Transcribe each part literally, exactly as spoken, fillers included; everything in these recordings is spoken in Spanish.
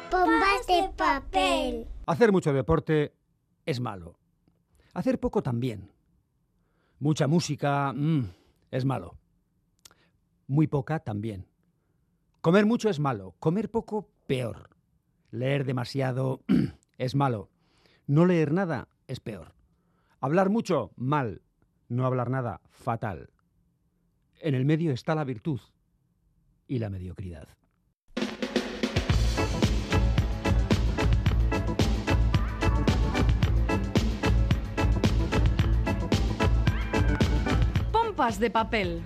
Pompas de papel. Hacer mucho deporte es malo. Hacer poco también. Mucha música mmm, es malo. Muy poca también. Comer mucho es malo. Comer poco, peor. Leer demasiado es malo. No leer nada es peor. Hablar mucho, mal. No hablar nada, fatal. En el medio está la virtud y la mediocridad. Pompas de papel.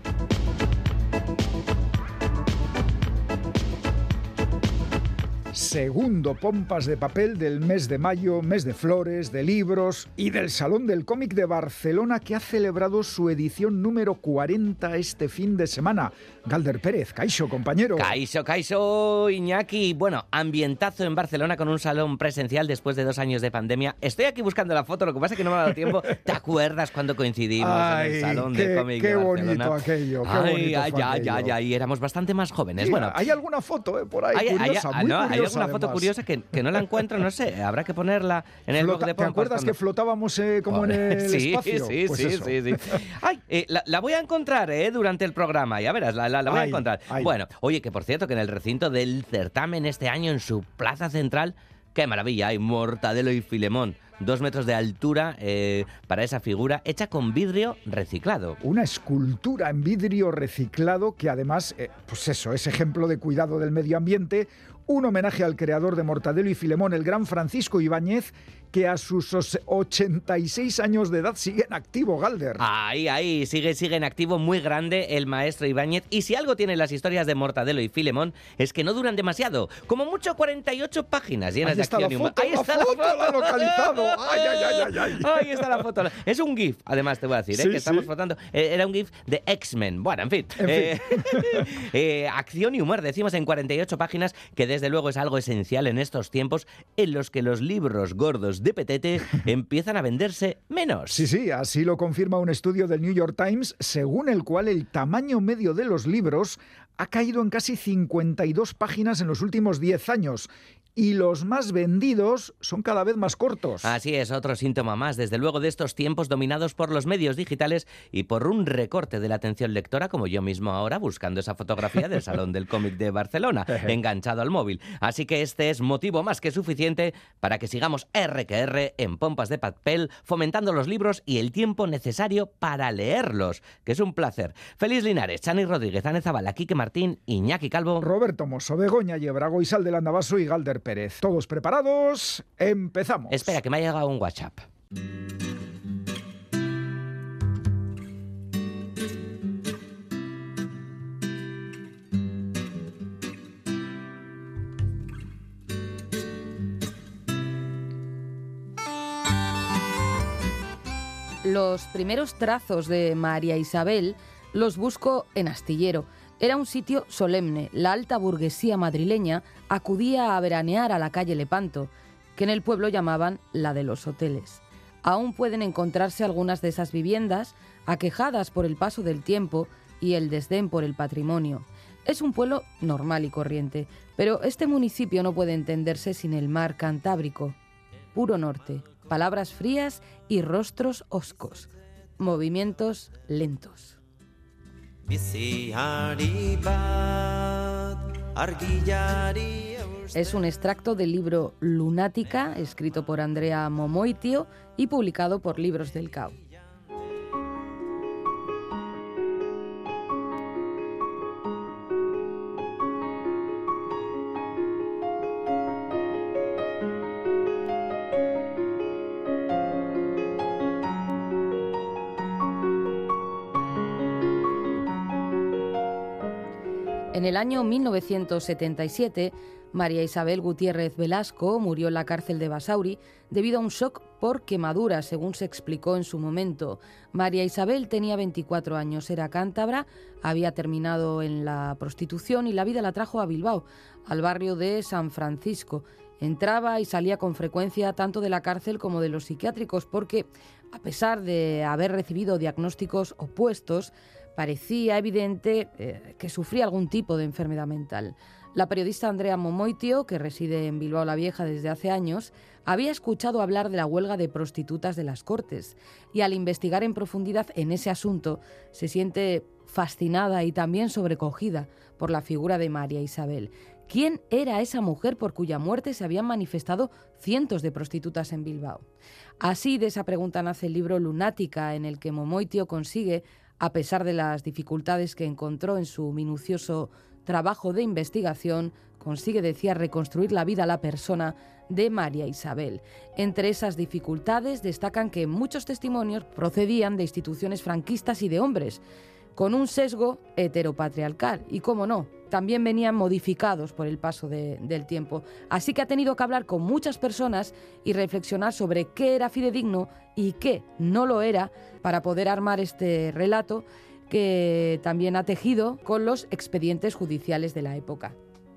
Segundo Pompas de Papel del mes de mayo, mes de flores, de libros y del Salón del Cómic de Barcelona, que ha celebrado su edición número cuarenta este fin de semana. Galder Pérez, Kaixo, compañero. Kaixo, Kaixo, Iñaki. Bueno, ambientazo en Barcelona con un salón presencial después de dos años de pandemia. Estoy aquí buscando la foto, lo que pasa es que no me ha dado tiempo. ¿Te acuerdas cuando coincidimos ay, en el Salón qué, del Cómic qué de Barcelona? Qué bonito aquello, qué ay, bonito ay, fue ya, aquello. ya, ya, y éramos bastante más jóvenes. Sí, bueno, hay alguna foto eh, por ahí hay, curiosa, hay, muy no, curiosa. Hay alguna además. foto curiosa que, que no la encuentro, no sé, habrá que ponerla en el Flota, blog de ¿te Pompas? acuerdas cuando... que flotábamos eh, como Joder, en el sí, espacio? Sí, pues sí, eso. sí, sí. Ay, eh, la, la voy a encontrar eh, durante el programa, ya verás, la, la, la voy ay, a encontrar. ay. Bueno, oye, que por cierto, que en el recinto del certamen este año, en su plaza central, ¡qué maravilla! Hay Mortadelo y Filemón. Dos metros de altura eh, para esa figura, hecha con vidrio reciclado. Una escultura en vidrio reciclado que además, eh, pues eso, es ejemplo de cuidado del medio ambiente. Un homenaje al creador de Mortadelo y Filemón, el gran Francisco Ibáñez, que a sus ochenta y seis años de edad sigue en activo, Galder. Ahí, ahí, sigue, sigue en activo, muy grande el maestro Ibáñez. Y si algo tienen las historias de Mortadelo y Filemón, es que no duran demasiado. Como mucho cuarenta y ocho páginas llenas Ahí de está acción la y humor. foto, Ahí la está foto, la foto, la ha localizado. Ay, ay, ay, ay, ay. Ahí está la foto. Es un GIF, además te voy a decir, ¿eh? Sí, que estamos sí. flotando. Eh, Era un GIF de X-Men. Bueno, en fin. En Eh, eh, acción y humor, decimos en cuarenta y ocho páginas, que desde luego es algo esencial en estos tiempos en los que los libros gordos de petete empiezan a venderse menos. Sí, sí, así lo confirma un estudio del New York Times, según el cual el tamaño medio de los libros ha caído en casi cincuenta y dos páginas en los últimos diez años. Y los más vendidos son cada vez más cortos. Así es, otro síntoma más, desde luego, de estos tiempos dominados por los medios digitales y por un recorte de la atención lectora, como yo mismo ahora, buscando esa fotografía del Salón del Cómic de Barcelona, enganchado al móvil. Así que este es motivo más que suficiente para que sigamos R que R en Pompas de Papel, fomentando los libros y el tiempo necesario para leerlos, que es un placer. Feliz Linares, Chani Rodríguez, Ane Zabala, Quique Martín, Iñaki Calvo, Roberto Mosso, Begoña Yebrago, Isal del Andabaso y Galder Pérez. ¿Todos preparados? ¡Empezamos! Espera, que me ha llegado un WhatsApp. Los primeros trazos de María Isabel los busco en Astillero. Era un sitio solemne. La alta burguesía madrileña acudía a veranear a la calle Lepanto, que en el pueblo llamaban la de los hoteles. Aún pueden encontrarse algunas de esas viviendas aquejadas por el paso del tiempo y el desdén por el patrimonio. Es un pueblo normal y corriente, pero este municipio no puede entenderse sin el mar Cantábrico. Puro norte, palabras frías y rostros hoscos, movimientos lentos. Es un extracto del libro Lunática, escrito por Andrea Momoitio y publicado por Libros del Cao. En el año mil novecientos setenta y siete, María Isabel Gutiérrez Velasco murió en la cárcel de Basauri debido a un shock por quemadura, según se explicó en su momento. María Isabel tenía veinticuatro años, era cántabra, había terminado en la prostitución y la vida la trajo a Bilbao, al barrio de San Francisco. Entraba y salía con frecuencia tanto de la cárcel como de los psiquiátricos porque, a pesar de haber recibido diagnósticos opuestos, parecía evidente eh, que sufría algún tipo de enfermedad mental. La periodista Andrea Momoitio, que reside en Bilbao la Vieja desde hace años, había escuchado hablar de la huelga de prostitutas de las Cortes y al investigar en profundidad en ese asunto se siente fascinada y también sobrecogida por la figura de María Isabel. ¿Quién era esa mujer por cuya muerte se habían manifestado cientos de prostitutas en Bilbao? Así de esa pregunta nace el libro Lunática, en el que Momoitio consigue, a pesar de las dificultades que encontró en su minucioso trabajo de investigación, consigue, decía, reconstruir la vida, la persona de María Isabel. Entre esas dificultades destacan que muchos testimonios procedían de instituciones franquistas y de hombres, con un sesgo heteropatriarcal, y, cómo no, también venían modificados por el paso de, del tiempo. Así que ha tenido que hablar con muchas personas y reflexionar sobre qué era fidedigno y qué no lo era para poder armar este relato que también ha tejido con los expedientes judiciales de la época.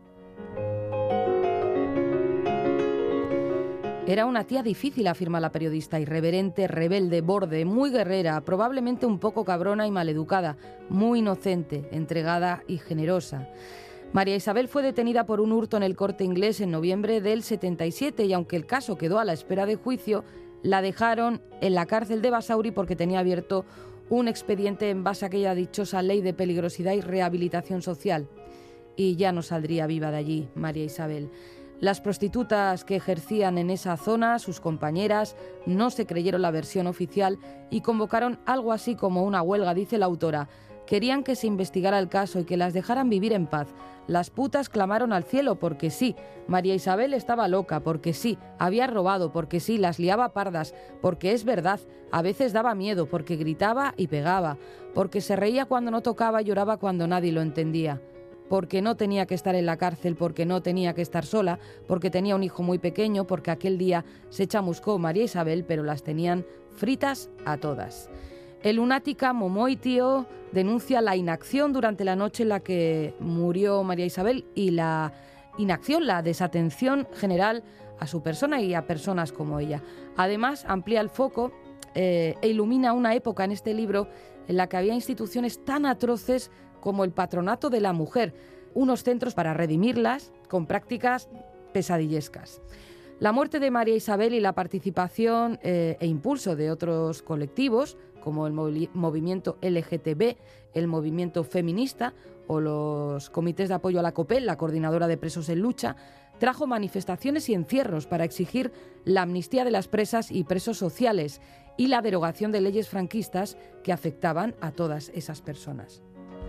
Era una tía difícil, afirma la periodista, irreverente, rebelde, borde, muy guerrera, probablemente un poco cabrona y maleducada, muy inocente, entregada y generosa. María Isabel fue detenida por un hurto en el Corte Inglés en noviembre del setenta y siete y aunque el caso quedó a la espera de juicio, la dejaron en la cárcel de Basauri porque tenía abierto un expediente en base a aquella dichosa ley de peligrosidad y rehabilitación social. Y ya no saldría viva de allí María Isabel. Las prostitutas que ejercían en esa zona, sus compañeras, no se creyeron la versión oficial y convocaron algo así como una huelga, dice la autora. Querían que se investigara el caso y que las dejaran vivir en paz. Las putas clamaron al cielo porque sí, María Isabel estaba loca, porque sí, había robado, porque sí, las liaba pardas, porque es verdad, a veces daba miedo, porque gritaba y pegaba, porque se reía cuando no tocaba y lloraba cuando nadie lo entendía, porque no tenía que estar en la cárcel, porque no tenía que estar sola, porque tenía un hijo muy pequeño, porque aquel día se chamuscó María Isabel, pero las tenían fritas a todas. El Lunática, Momoitio, denuncia la inacción durante la noche en la que murió María Isabel y la inacción, la desatención general a su persona y a personas como ella. Además, amplía el foco eh, e ilumina una época en este libro en la que había instituciones tan atroces como el Patronato de la Mujer, unos centros para redimirlas con prácticas pesadillescas. La muerte de María Isabel y la participación eh, e impulso de otros colectivos, como el movi- movimiento L G T B, el movimiento feminista o los comités de apoyo a la COPEL, la Coordinadora de Presos en Lucha, trajo manifestaciones y encierros para exigir la amnistía de las presas y presos sociales y la derogación de leyes franquistas que afectaban a todas esas personas.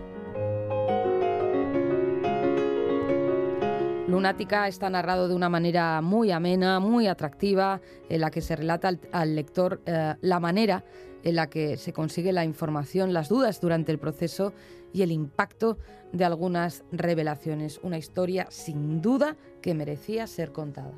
Lunática está narrado de una manera muy amena, muy atractiva, en la que se relata al, al lector eh, la manera en la que se consigue la información, las dudas durante el proceso y el impacto de algunas revelaciones. Una historia sin duda que merecía ser contada.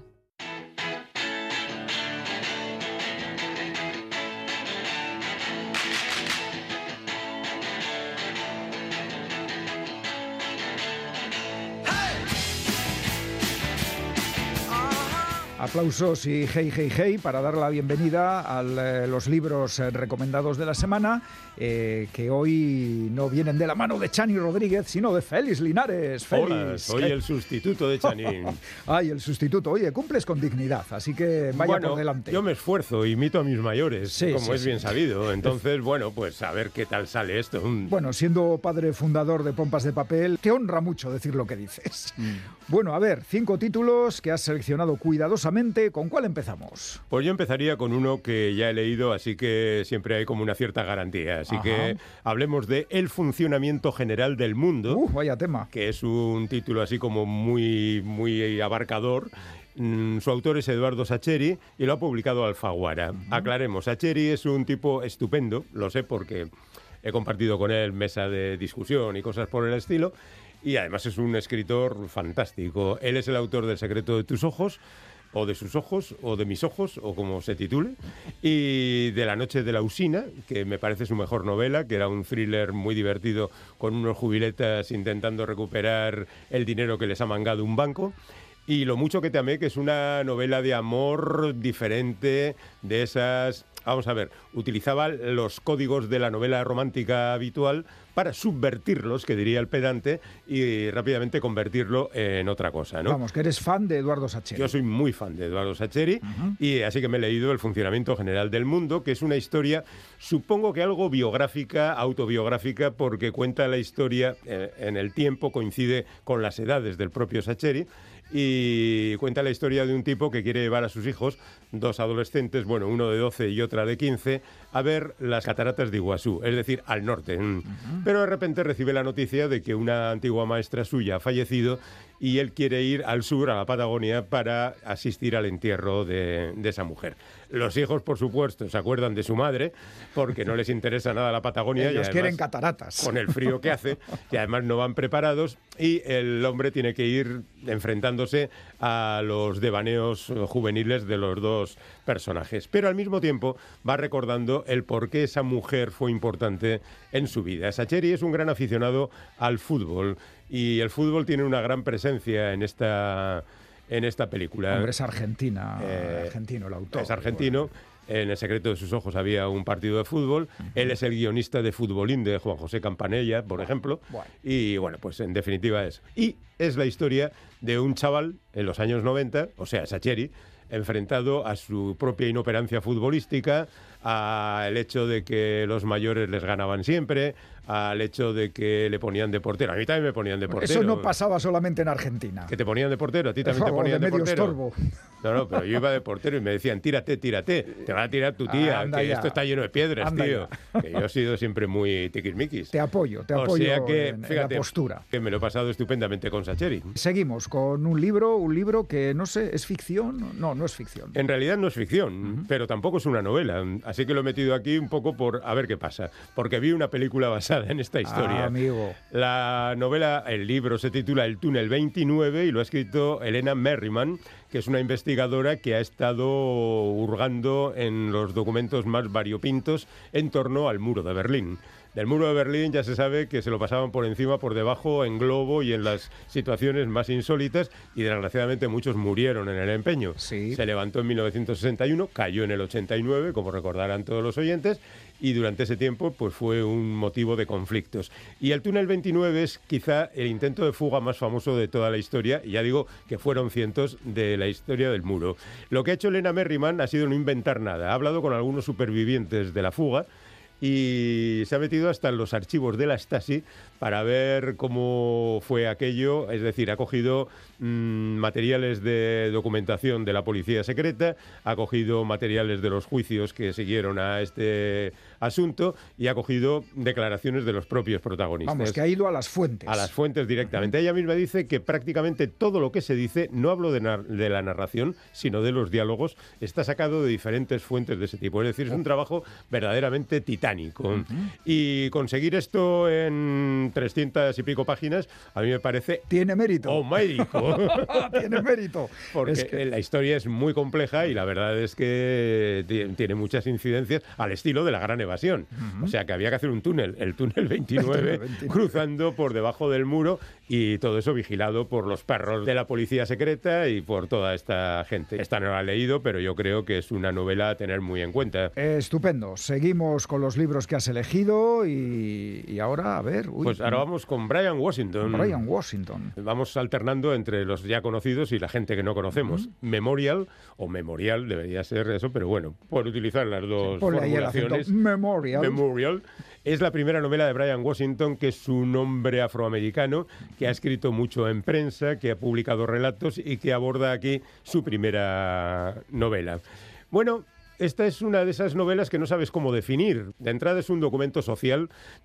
Aplausos y hey, hey, hey para dar la bienvenida a eh, los libros eh, recomendados de la semana, eh, que hoy no vienen de la mano de Chani Rodríguez, sino de Félix Linares. Félix. Hola, soy el sustituto de Chani. Ay, el sustituto. Oye, cumples con dignidad, así que vaya bueno, por delante. Yo me esfuerzo, imito a mis mayores, sí, como sí, es sí. bien sabido. Entonces, bueno, pues a ver qué tal sale esto. Bueno, siendo padre fundador de Pompas de Papel, te honra mucho decir lo que dices. Mm. Bueno, a ver, cinco títulos que has seleccionado cuidadosamente. ¿Con cuál empezamos? Pues yo empezaría con uno que ya he leído, así que siempre hay como una cierta garantía. Así Ajá. que hablemos de El funcionamiento general del mundo. Uh, vaya tema. Que es un título así como muy, muy abarcador. Su autor es Eduardo Sacheri y lo ha publicado Alfaguara. Uh-huh. Aclaremos, Sacheri es un tipo estupendo, lo sé porque he compartido con él mesa de discusión y cosas por el estilo, y además es un escritor fantástico. Él es el autor del Secreto de tus ojos, o de sus ojos, o de mis ojos, o como se titule, y de La noche de la usina, que me parece su mejor novela, que era un thriller muy divertido con unos jubiletas intentando recuperar el dinero que les ha mangado un banco. y Lo mucho que te amé, que es una novela de amor diferente, de esas... Vamos a ver, utilizaba los códigos de la novela romántica habitual para subvertirlos, que diría el pedante, y rápidamente convertirlo en otra cosa, ¿no? Vamos, que eres fan de Eduardo Sacheri. Yo soy muy fan de Eduardo Sacheri, uh-huh. y así que me he leído El funcionamiento general del mundo, que es una historia, supongo que algo biográfica, autobiográfica, porque cuenta la historia eh, en el tiempo, coincide con las edades del propio Sacheri, y cuenta la historia de un tipo que quiere llevar a sus hijos, dos adolescentes, bueno, uno de doce y otra de quince, a ver las cataratas de Iguazú, es decir, al norte. Uh-huh. Pero de repente recibe la noticia de que una antigua maestra suya ha fallecido y él quiere ir al sur, a la Patagonia, para asistir al entierro de, de esa mujer. Los hijos, por supuesto, se acuerdan de su madre, porque no les interesa nada la Patagonia. Ellos y además, quieren cataratas. Con el frío que hace, y además no van preparados, y el hombre tiene que ir enfrentándose a los devaneos juveniles de los dos personajes. Pero al mismo tiempo va recordando el por qué esa mujer fue importante en su vida. Sacheri es un gran aficionado al fútbol, y el fútbol tiene una gran presencia en esta, en esta película. Hombre, es argentina, eh, argentino el autor. Es argentino. En El secreto de sus ojos había un partido de fútbol. Uh-huh. Él es el guionista de Futbolín de Juan José Campanella, por ejemplo. Bueno. Y bueno, pues en definitiva es. Y es la historia de un chaval en los años noventa, o sea, Sacheri, enfrentado a su propia inoperancia futbolística, al hecho de que los mayores les ganaban siempre, al hecho de que le ponían de portero. A mí también me ponían de portero. Eso no pasaba solamente en Argentina. ¿Que te ponían de portero? ¿A ti también Por te ponían de, de medio portero? Estorbo. No, no, pero yo iba de portero y me decían, tírate, tírate, te va a tirar tu tía, Anda que ya. esto está lleno de piedras, Anda tío. Que yo he sido siempre muy tiquismiquis. Te apoyo, te o apoyo sea que, en, fíjate, en la postura. Que me lo he pasado estupendamente con Sacheri. Seguimos con un libro, un libro que no sé, ¿es ficción? No, no es ficción. En realidad no es ficción, uh-huh. pero tampoco es una novela. Así que lo he metido aquí un poco por a ver qué pasa. Porque vi una película basada en esta historia. Ah, amigo. La novela, el libro se titula El túnel veintinueve y lo ha escrito Elena Merriman, que es una investigadora que ha estado hurgando en los documentos más variopintos en torno al muro de Berlín. Del muro de Berlín ya se sabe que se lo pasaban por encima, por debajo, en globo y en las situaciones más insólitas, y desgraciadamente muchos murieron en el empeño. Sí. Se levantó en mil novecientos sesenta y uno, cayó en el ochenta y nueve, como recordarán todos los oyentes, y durante ese tiempo pues fue un motivo de conflictos. Y el túnel veintinueve es quizá el intento de fuga más famoso de toda la historia, y ya digo que fueron cientos de la historia del muro. Lo que ha hecho Elena Merriman ha sido no inventar nada. Ha hablado con algunos supervivientes de la fuga, y se ha metido hasta en los archivos de la Stasi para ver cómo fue aquello, es decir, ha cogido mmm, materiales de documentación de la policía secreta, ha cogido materiales de los juicios que siguieron a este asunto y ha cogido declaraciones de los propios protagonistas. Vamos, que ha ido a las fuentes. A las fuentes directamente. Uh-huh. Ella misma dice que prácticamente todo lo que se dice, no hablo de, nar- de la narración, sino de los diálogos, está sacado de diferentes fuentes de ese tipo. Es decir, es un trabajo verdaderamente titánico. Uh-huh. Y conseguir esto en trescientas y pico páginas, a mí me parece... Tiene mérito. ¡Oh, médico! Tiene mérito. Porque es que... la historia es muy compleja y la verdad es que t- tiene muchas incidencias al estilo de La Gran Evasión. Uh-huh. O sea, que había que hacer un túnel, el túnel veintinueve, el túnel veintinueve, cruzando por debajo del muro, y todo eso vigilado por los perros de la policía secreta y por toda esta gente. Esta no la he leído, pero yo creo que es una novela a tener muy en cuenta. Eh, estupendo. Seguimos con los libros que has elegido y, y ahora, a ver... Uy, pues ahora vamos con Brian Washington. Brian Washington. Vamos alternando entre los ya conocidos y la gente que no conocemos. Uh-huh. Memorial, o Memorial, debería ser eso, pero bueno, por utilizar las dos sí, formulaciones. Memorial. Memorial. Es la primera novela de Brian Washington, que es un hombre afroamericano que ha escrito mucho en prensa, que ha publicado relatos y que aborda aquí su primera novela. Bueno, esta es una de esas novelas que no sabes cómo definir. De entrada es un documento social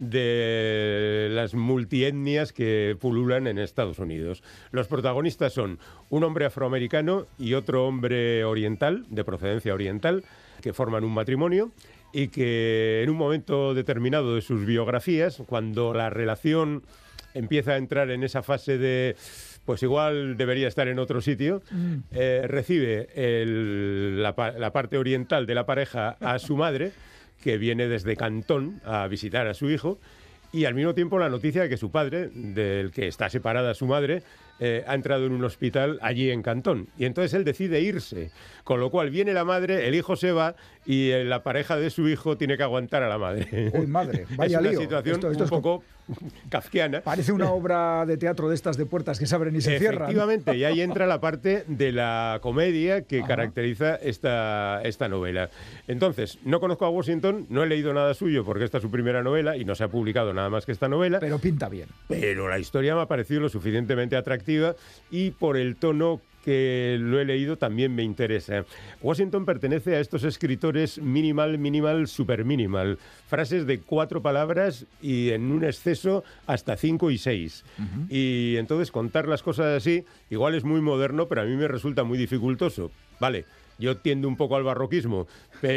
de las multietnias que pululan en Estados Unidos. Los protagonistas son un hombre afroamericano y otro hombre oriental, de procedencia oriental, que forman un matrimonio y que en un momento determinado de sus biografías, cuando la relación empieza a entrar en esa fase de... pues igual debería estar en otro sitio, mm. eh, recibe el, la, la parte oriental de la pareja a su madre, que viene desde Cantón a visitar a su hijo, y al mismo tiempo la noticia de que su padre, del que está separada su madre, eh, ha entrado en un hospital allí en Cantón. Y entonces él decide irse. Con lo cual viene la madre, el hijo se va y eh, la pareja de su hijo tiene que aguantar a la madre. Uy, madre, vaya lío. Es una situación esto, esto un es poco kafkiana. Parece una obra de teatro de estas de puertas que se abren y se cierran. Efectivamente, y ahí entra la parte de la comedia que Ajá. caracteriza esta, esta novela. Entonces, no conozco a Washington, no he leído nada suyo porque esta es su primera novela y no se ha publicado nada más que esta novela. Pero pinta bien. Pero la historia me ha parecido lo suficientemente atractiva y por el tono que lo he leído también me interesa. Washington pertenece a estos escritores minimal, minimal, super minimal. Frases de cuatro palabras y en un exceso hasta cinco y seis. Uh-huh. Y entonces contar las cosas así igual es muy moderno, pero a mí me resulta muy dificultoso. Vale. Yo tiendo un poco al barroquismo,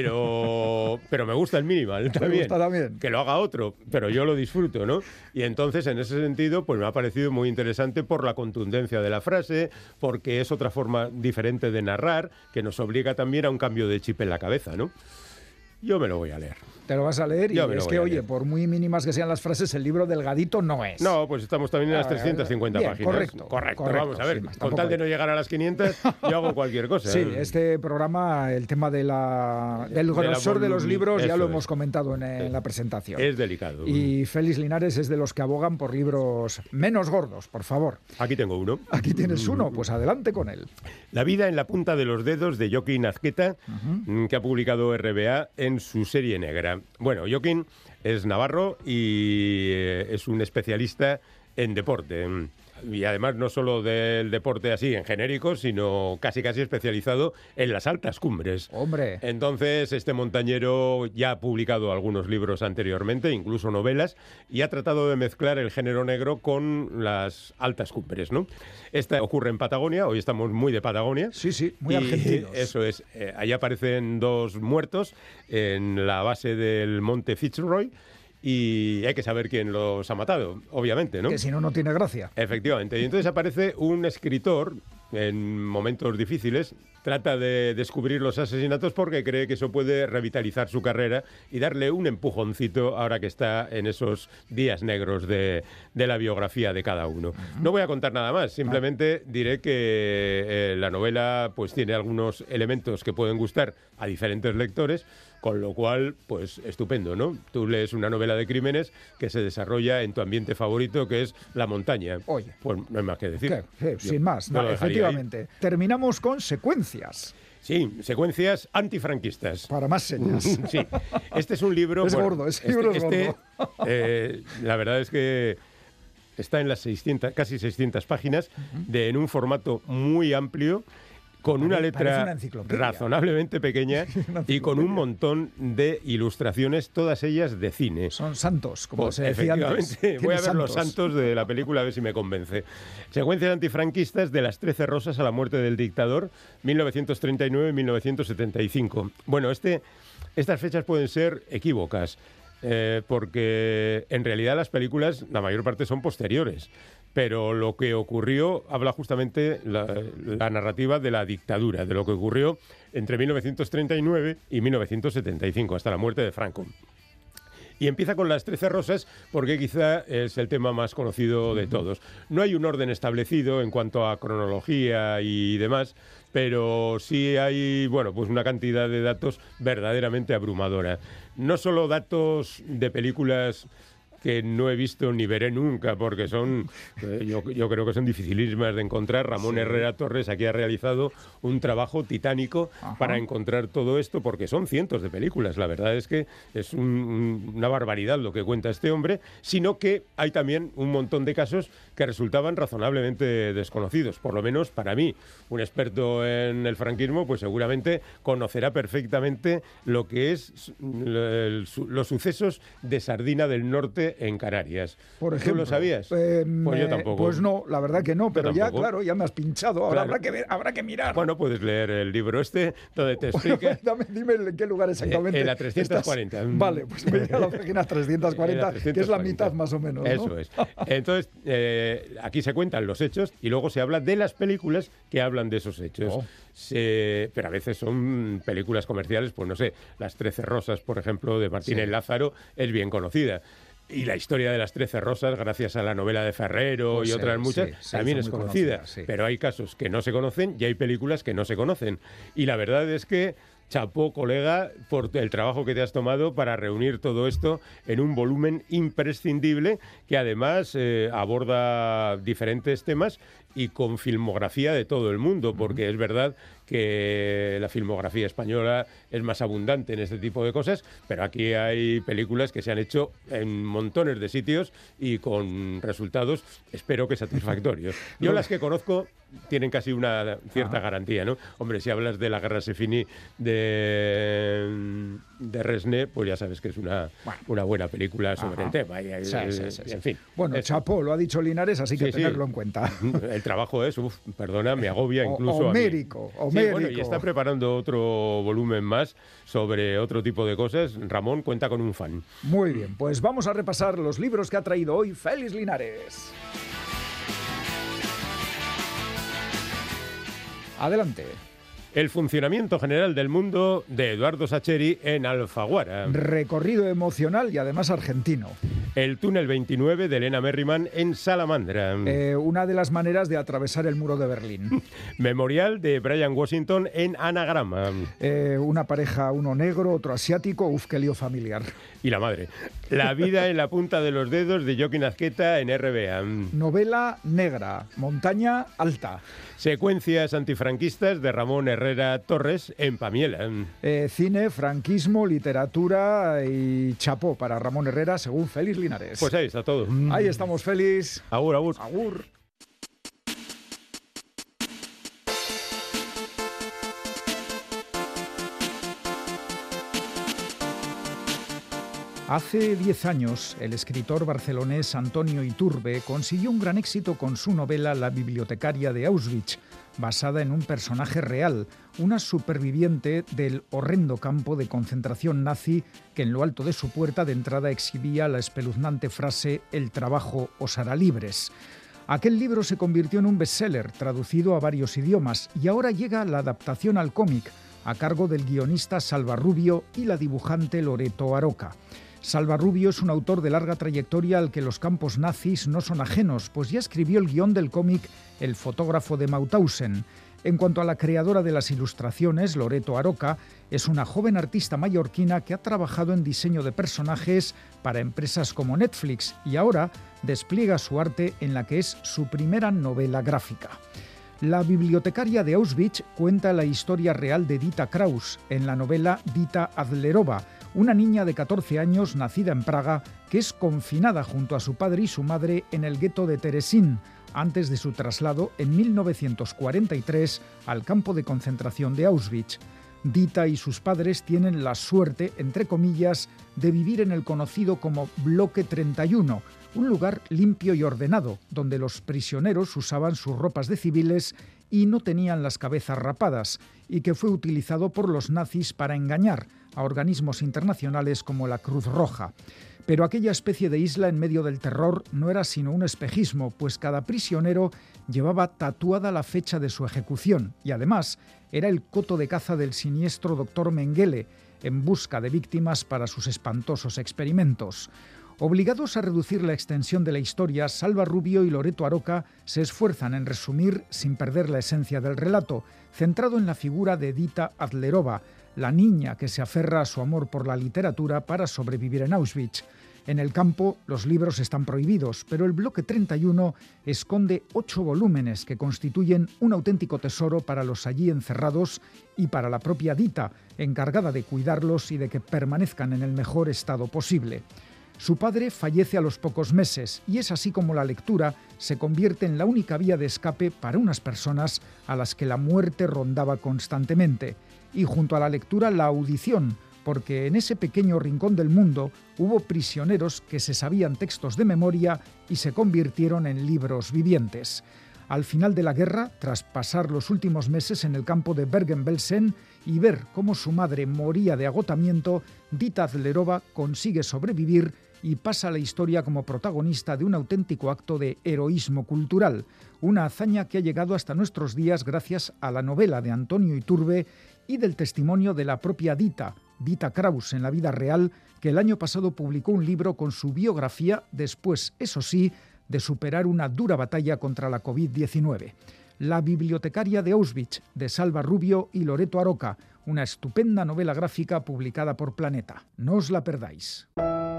pero, pero me gusta el minimal también. Me gusta también. Que lo haga otro, pero yo lo disfruto, ¿no? Y entonces, en ese sentido, pues me ha parecido muy interesante por la contundencia de la frase, porque es otra forma diferente de narrar, que nos obliga también a un cambio de chip en la cabeza, ¿no? Yo me lo voy a leer. Te lo vas a leer y Yo es que, oye, leer. por muy mínimas que sean las frases, el libro delgadito no es. No, pues estamos también en las trescientas cincuenta Bien, páginas. correcto, correcto. correcto, Vamos a ver, sin más, con tampoco tal de hay- no llegar a las quinientas, yo hago cualquier cosa. Sí, este programa, el tema de la, del De la grosor de los volumi- libros, ya eso lo es. hemos comentado en, en la presentación. Es delicado. Y Félix Linares es de los que abogan por libros menos gordos, por favor. Aquí tengo uno. Aquí tienes uno, pues adelante con él. La vida en la punta de los dedos de Joaquín Azqueta, uh-huh. que ha publicado R B A en su serie negra. Bueno, Joaquín es navarro y eh, es un especialista en deporte. Y además no solo del deporte así en genérico, sino casi casi especializado en las altas cumbres. Hombre. Entonces, este montañero ya ha publicado algunos libros anteriormente, incluso novelas, y ha tratado de mezclar el género negro con las altas cumbres, ¿no? Esta ocurre en Patagonia, hoy estamos muy de Patagonia. Sí, sí, muy y argentinos. Eso es. Eh, ahí aparecen dos muertos en la base del monte Fitzroy. Y hay que saber quién los ha matado, obviamente, ¿no? Que si no, no tiene gracia. Efectivamente. Y entonces aparece un escritor en momentos difíciles, trata de descubrir los asesinatos porque cree que eso puede revitalizar su carrera y darle un empujoncito ahora que está en esos días negros de, de la biografía de cada uno. Uh-huh. No voy a contar nada más, simplemente diré que eh, la novela pues tiene algunos elementos que pueden gustar a diferentes lectores, con lo cual, pues estupendo, ¿no? Tú lees una novela de crímenes que se desarrolla en tu ambiente favorito, que es la montaña. Oye. Pues no hay más que decir. ¿Qué? Sí, sin más, no, no, efectivamente. Ahí. Terminamos con secuencias. Sí, secuencias antifranquistas. Para más señas. Sí. Este es un libro... Es bueno, gordo, ese este, libro es este, gordo. Eh, la verdad es que está en las seiscientas, casi seiscientas páginas, uh-huh. de, en un formato muy amplio, con una letra una razonablemente pequeña y con un montón de ilustraciones, todas ellas de cine. Son santos, como pues, se decía antes. Voy a ver santos? los santos de la película a ver si me convence. Secuencias antifranquistas de las trece rosas a la muerte del dictador, mil novecientos treinta y nueve a mil novecientos setenta y cinco. Bueno, este, estas fechas pueden ser equívocas, eh, porque en realidad las películas, la mayor parte son posteriores. Pero lo que ocurrió habla justamente la, la narrativa de la dictadura, de lo que ocurrió entre mil novecientos treinta y nueve y mil novecientos setenta y cinco, hasta la muerte de Franco. Y empieza con las trece rosas porque quizá es el tema más conocido de todos. No hay un orden establecido en cuanto a cronología y demás, pero sí hay, bueno, pues una cantidad de datos verdaderamente abrumadora. No solo datos de películas que no he visto ni veré nunca, porque son, eh, yo, yo creo que son dificilísimas de encontrar. Ramón sí. Herrera Torres aquí ha realizado un trabajo titánico Ajá. para encontrar todo esto, porque son cientos de películas. La verdad es que es un, un, una barbaridad lo que cuenta este hombre, sino que hay también un montón de casos que resultaban razonablemente desconocidos, por lo menos para mí. Un experto en el franquismo, pues seguramente conocerá perfectamente lo que es el, el, los sucesos de Sardina del Norte en Canarias. Por ejemplo, ¿tú lo sabías? Eh, pues yo tampoco. Pues no, la verdad que no, pero ya, claro, ya me has pinchado. Ahora claro. habrá que ver, habrá que mirar. Bueno, puedes leer el libro este, donde te explica... Dame, dime en qué lugar exactamente. En la trescientos cuarenta. Estás... Vale, pues me voy a la página trescientos cuarenta, la que es la mitad más o menos, ¿no? Eso es. Entonces, eh, aquí se cuentan los hechos y luego se habla de las películas que hablan de esos hechos. Oh. Se, pero a veces son películas comerciales, pues no sé, Las trece rosas, por ejemplo, de Martínez sí. Lázaro, es bien conocida. Y la historia de las Trece Rosas, gracias a la novela de Ferrero Pues y sí, otras muchas, sí, se también hizo es muy conocida. conocida, sí. Pero hay casos que no se conocen y hay películas que no se conocen. Y la verdad es que chapó, colega, por el trabajo que te has tomado para reunir todo esto en un volumen imprescindible que además eh, aborda diferentes temas y con filmografía de todo el mundo, porque uh-huh. es verdad que la filmografía española es más abundante en este tipo de cosas, pero aquí hay películas que se han hecho en montones de sitios y con resultados, espero que satisfactorios. Yo las que conozco tienen casi una cierta Ajá. garantía, ¿no? Hombre, si hablas de La guerra se finí de, de Resné, pues ya sabes que es una, bueno. una buena película sobre Ajá. el tema. Y, sí, sí, sí, sí. En fin. Bueno, eso. chapó, lo ha dicho Linares, así que sí, tenerlo sí. en cuenta. El trabajo es, uf, perdona, me agobia incluso o, a mí. Homérico, homérico. Sí, bueno, y está preparando otro volumen más sobre otro tipo de cosas. Ramón cuenta con un fan. Muy bien, pues vamos a repasar los libros que ha traído hoy Félix Linares. Adelante. El funcionamiento general del mundo de Eduardo Sacheri en Alfaguara. Recorrido emocional y además argentino. El túnel veintinueve de Elena Merriman en Salamandra. Eh, una de las maneras de atravesar el muro de Berlín. Memorial de Brian Washington en Anagrama. Eh, una pareja, uno negro, otro asiático, uf, qué lío familiar. Y la madre. La vida en la punta de los dedos de Joaquín Azqueta en R B A. Novela negra, montaña alta. Secuencias antifranquistas de Ramón Herrera Torres en Pamiela. Eh, cine, franquismo, literatura y chapó para Ramón Herrera, según Félix Linares. Pues ahí está todo. Ahí estamos, Félix. Agur, agur. Agur. Hace diez años, el escritor barcelonés Antonio Iturbe consiguió un gran éxito con su novela La bibliotecaria de Auschwitz, basada en un personaje real, una superviviente del horrendo campo de concentración nazi que en lo alto de su puerta de entrada exhibía la espeluznante frase «El trabajo os hará libres». Aquel libro se convirtió en un bestseller, traducido a varios idiomas, y ahora llega la adaptación al cómic, a cargo del guionista Salva Rubio y la dibujante Loreto Aroca. Salva Rubio es un autor de larga trayectoria al que los campos nazis no son ajenos, pues ya escribió el guión del cómic El fotógrafo de Mauthausen. En cuanto a la creadora de las ilustraciones, Loreto Aroca, es una joven artista mallorquina que ha trabajado en diseño de personajes para empresas como Netflix y ahora despliega su arte en la que es su primera novela gráfica. La bibliotecaria de Auschwitz cuenta la historia real de Dita Kraus en la novela Dita Adlerova, una niña de catorce años nacida en Praga que es confinada junto a su padre y su madre en el gueto de Terezín, antes de su traslado en mil novecientos cuarenta y tres al campo de concentración de Auschwitz. Dita y sus padres tienen la suerte, entre comillas, de vivir en el conocido como Bloque treinta y uno, un lugar limpio y ordenado, donde los prisioneros usaban sus ropas de civiles y no tenían las cabezas rapadas, y que fue utilizado por los nazis para engañar a organismos internacionales como la Cruz Roja. Pero aquella especie de isla en medio del terror no era sino un espejismo, pues cada prisionero llevaba tatuada la fecha de su ejecución y además era el coto de caza del siniestro doctor Mengele, en busca de víctimas para sus espantosos experimentos. Obligados a reducir la extensión de la historia, Salva Rubio y Loreto Aroca se esfuerzan en resumir, sin perder la esencia del relato, centrado en la figura de Dita Adlerova, la niña que se aferra a su amor por la literatura para sobrevivir en Auschwitz. En el campo, los libros están prohibidos, pero el bloque treinta y uno esconde ocho volúmenes que constituyen un auténtico tesoro para los allí encerrados y para la propia Dita, encargada de cuidarlos y de que permanezcan en el mejor estado posible. Su padre fallece a los pocos meses y es así como la lectura se convierte en la única vía de escape para unas personas a las que la muerte rondaba constantemente. Y junto a la lectura, la audición, porque en ese pequeño rincón del mundo hubo prisioneros que se sabían textos de memoria y se convirtieron en libros vivientes. Al final de la guerra, tras pasar los últimos meses en el campo de Bergen-Belsen y ver cómo su madre moría de agotamiento, Dita Adlerova consigue sobrevivir y pasa a la historia como protagonista de un auténtico acto de heroísmo cultural, una hazaña que ha llegado hasta nuestros días gracias a la novela de Antonio Iturbe y del testimonio de la propia Dita, Vita Kraus en la vida real, que el año pasado publicó un libro con su biografía después, eso sí, de superar una dura batalla contra la covid diecinueve. La bibliotecaria de Auschwitz, de Salva Rubio y Loreto Aroca, una estupenda novela gráfica publicada por Planeta. No os la perdáis.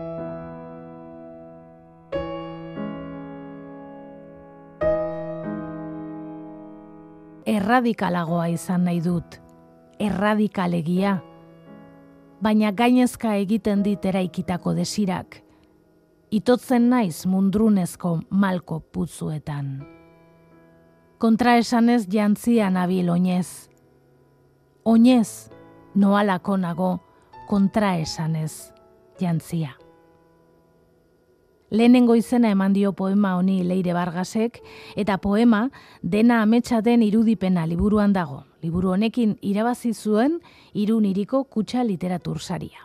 Erradikalagoa izan nahi dut, erradikalegia. Baina gainezka egiten dit eraikitako desirak. Itotzen naiz mundrunezko malko putzuetan. Kontraesanez jantzian abil oinez. Oinez, noalako nago, kontraesanez jantzia. Lehenengo izena eman dio poema honi Leire Vargasek, eta poema Dena ametsa den irudipena liburuan dago. Liburu honekin irabazi zuen Irun hiriko Kutxa literatur saria.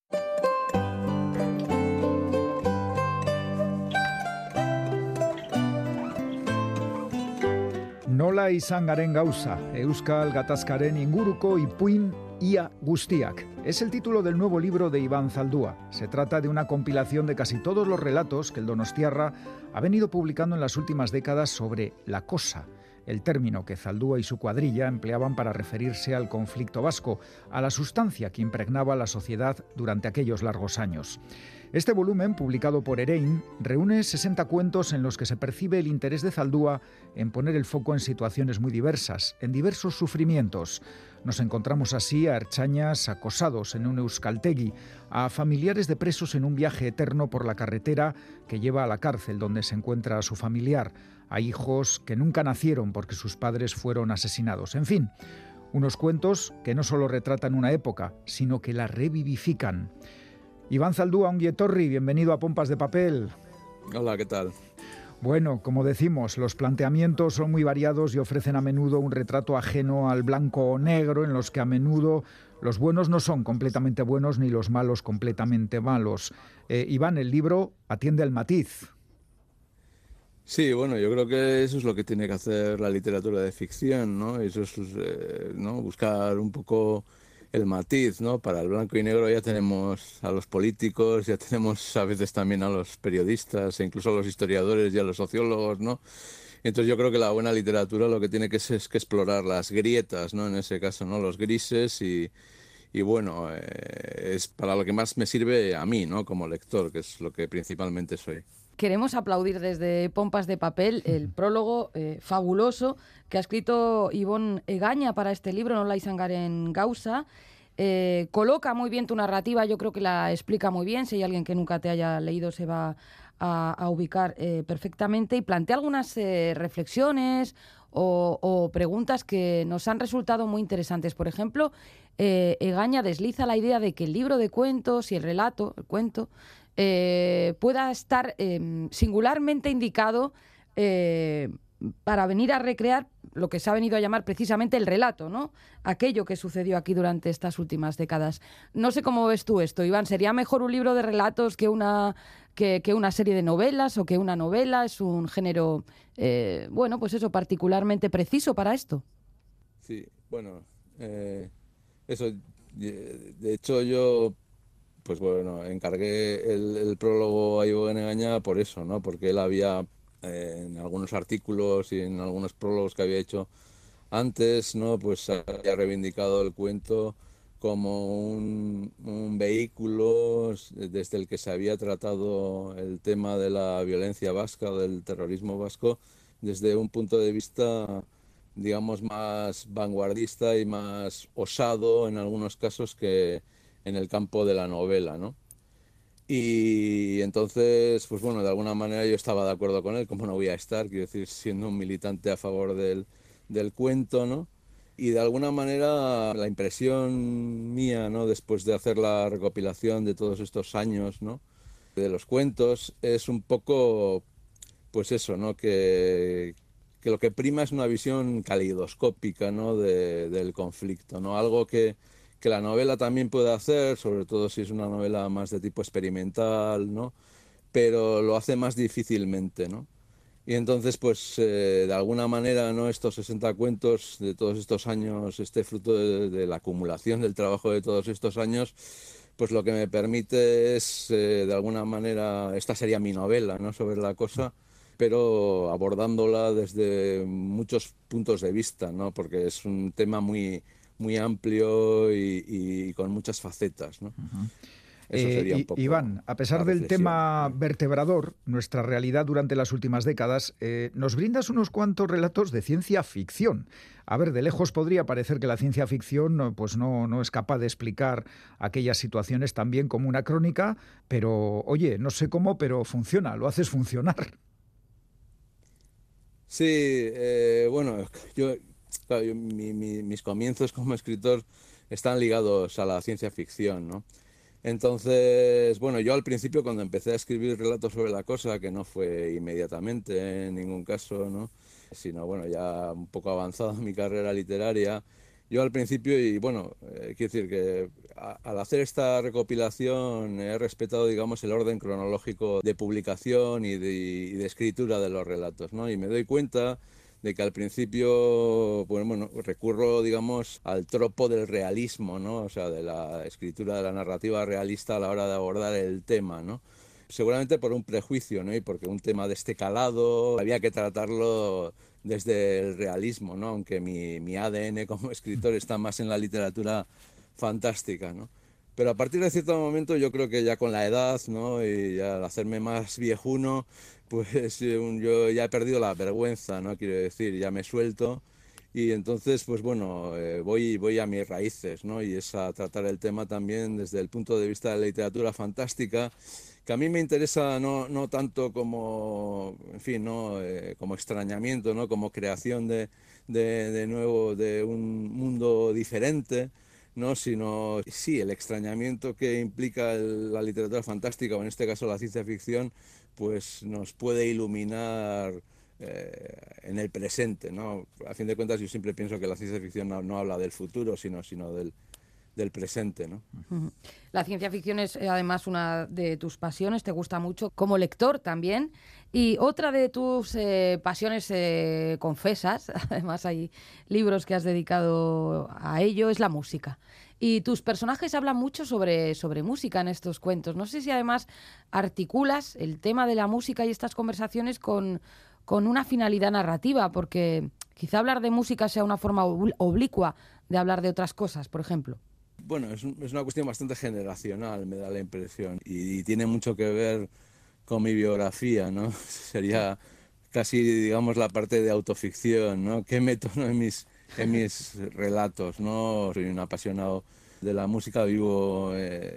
Nola izan garen gauza, Euskal Gatazkaren inguruko ipuin ia guztiak. Es el título del nuevo libro de Iván Zaldúa. Se trata de una compilación de casi todos los relatos que el donostiarra ha venido publicando en las últimas décadas sobre la cosa, el término que Zaldúa y su cuadrilla empleaban para referirse al conflicto vasco, a la sustancia que impregnaba la sociedad durante aquellos largos años. Este volumen, publicado por Erein, reúne sesenta cuentos en los que se percibe el interés de Zaldúa en poner el foco en situaciones muy diversas, en diversos sufrimientos. Nos encontramos así a ertzañas acosados en un euskaltegi, a familiares de presos en un viaje eterno por la carretera que lleva a la cárcel donde se encuentra a su familiar, a hijos que nunca nacieron porque sus padres fueron asesinados. En fin, unos cuentos que no solo retratan una época, sino que la revivifican. Iván Zaldúa, ongi etorri, bienvenido a Pompas de Papel. Hola, ¿qué tal? Bueno, como decimos, los planteamientos son muy variados y ofrecen a menudo un retrato ajeno al blanco o negro, en los que a menudo los buenos no son completamente buenos ni los malos completamente malos. Eh, Iván, el libro atiende al matiz. Sí, bueno, yo creo que eso es lo que tiene que hacer la literatura de ficción, ¿no? Eso es, eh, ¿no? Buscar un poco el matiz, ¿no? Para el blanco y negro ya tenemos a los políticos, ya tenemos a veces también a los periodistas, e incluso a los historiadores y a los sociólogos, ¿no? Entonces yo creo que la buena literatura lo que tiene que ser es que explorar las grietas, ¿no? En ese caso, ¿no? Los grises y, y bueno, eh, es para lo que más me sirve a mí, ¿no? Como lector, que es lo que principalmente soy. Queremos aplaudir desde Pompas de Papel el prólogo eh, fabuloso que ha escrito Ibon Egaña para este libro, Nola izan garen gauza. Eh, coloca muy bien tu narrativa, yo creo que la explica muy bien. Si hay alguien que nunca te haya leído se va a, a ubicar eh, perfectamente y plantea algunas eh, reflexiones o, o preguntas que nos han resultado muy interesantes. Por ejemplo, eh, Egaña desliza la idea de que el libro de cuentos y el relato, el cuento, Eh, pueda estar eh, singularmente indicado eh, para venir a recrear lo que se ha venido a llamar precisamente el relato, ¿no? Aquello que sucedió aquí durante estas últimas décadas. No sé cómo ves tú esto, Iván. ¿Sería mejor un libro de relatos que una, que, que una serie de novelas o que una novela? ¿Es un género, eh, bueno, pues eso, particularmente preciso para esto? Sí, bueno, eh, eso, de hecho yo... Pues bueno, encargué el, el prólogo a Ibon Egaña por eso, ¿no? Porque él había, eh, en algunos artículos y en algunos prólogos que había hecho antes, ¿no? Pues había reivindicado el cuento como un, un vehículo desde el que se había tratado el tema de la violencia vasca, del terrorismo vasco, desde un punto de vista, digamos, más vanguardista y más osado en algunos casos que en el campo de la novela, ¿no? Y entonces, pues bueno, de alguna manera yo estaba de acuerdo con él, como no voy a estar, quiero decir, siendo un militante a favor del, del cuento, ¿no? Y de alguna manera la impresión mía, ¿no? Después de hacer la recopilación de todos estos años, ¿no? De los cuentos, es un poco, pues eso, ¿no? Que, que lo que prima es una visión caleidoscópica, ¿no? De, del conflicto, ¿no? Algo que que la novela también puede hacer, sobre todo si es una novela más de tipo experimental, ¿no? Pero lo hace más difícilmente, ¿no? Y entonces, pues, eh, de alguna manera, ¿no? Estos sesenta cuentos de todos estos años, este fruto de, de la acumulación del trabajo de todos estos años, pues lo que me permite es, eh, de alguna manera, esta sería mi novela, ¿no? Sobre la cosa, pero abordándola desde muchos puntos de vista, ¿no? Porque es un tema muy, muy amplio y, y con muchas facetas, ¿no? Uh-huh. Eso sería un poco eh, Iván, a pesar del tema vertebrador, nuestra realidad durante las últimas décadas, eh, nos brindas unos cuantos relatos de ciencia ficción. A ver, de lejos podría parecer que la ciencia ficción pues no, no es capaz de explicar aquellas situaciones tan bien como una crónica, pero, oye, no sé cómo, pero funciona, lo haces funcionar. Sí, eh, bueno, yo, claro, yo mi, mi, mis comienzos como escritor están ligados a la ciencia ficción, ¿no? Entonces, bueno, yo al principio cuando empecé a escribir relatos sobre la cosa, que no fue inmediatamente en ningún caso, ¿no? Sino, bueno, ya un poco avanzada mi carrera literaria, yo al principio, y bueno, eh, quiero decir que a, al hacer esta recopilación he respetado, digamos, el orden cronológico de publicación y de, y de escritura de los relatos, ¿no? Y me doy cuenta de que al principio, pues, bueno, recurro, digamos, al tropo del realismo, ¿no? O sea, de la escritura de la narrativa realista a la hora de abordar el tema, ¿no? Seguramente por un prejuicio, ¿no? Y porque un tema de este calado había que tratarlo desde el realismo, ¿no? Aunque mi, mi A D N como escritor está más en la literatura fantástica, ¿no? Pero a partir de cierto momento yo creo que ya con la edad, ¿no? Y ya al hacerme más viejuno, pues yo ya he perdido la vergüenza, ¿no? Quiero decir, ya me suelto y entonces, pues bueno, eh, voy, voy a mis raíces, ¿no? Y es a tratar el tema también desde el punto de vista de la literatura fantástica, que a mí me interesa no, no tanto como, en fin, ¿no? Eh, como extrañamiento, ¿no? Como creación de, de, de nuevo, de un mundo diferente, no, sino sí, el extrañamiento que implica el, la literatura fantástica, o en este caso la ciencia ficción, pues nos puede iluminar eh, en el presente, ¿no? A fin de cuentas yo siempre pienso que la ciencia ficción no, no habla del futuro, sino, sino del, del presente, ¿no? La ciencia ficción es eh, además una de tus pasiones, te gusta mucho como lector también, y otra de tus eh, pasiones eh, confesas, además hay libros que has dedicado a ello, es la música. Y tus personajes hablan mucho sobre, sobre música en estos cuentos. No sé si además articulas el tema de la música y estas conversaciones con, con una finalidad narrativa, porque quizá hablar de música sea una forma oblicua de hablar de otras cosas, por ejemplo. Bueno, es, es una cuestión bastante generacional, me da la impresión, y, y tiene mucho que ver con mi biografía, ¿no? Sería casi, digamos, la parte de autoficción, ¿no? ¿Qué meto, ¿no? en mis, en mis relatos, ¿no? Soy un apasionado de la música, vivo,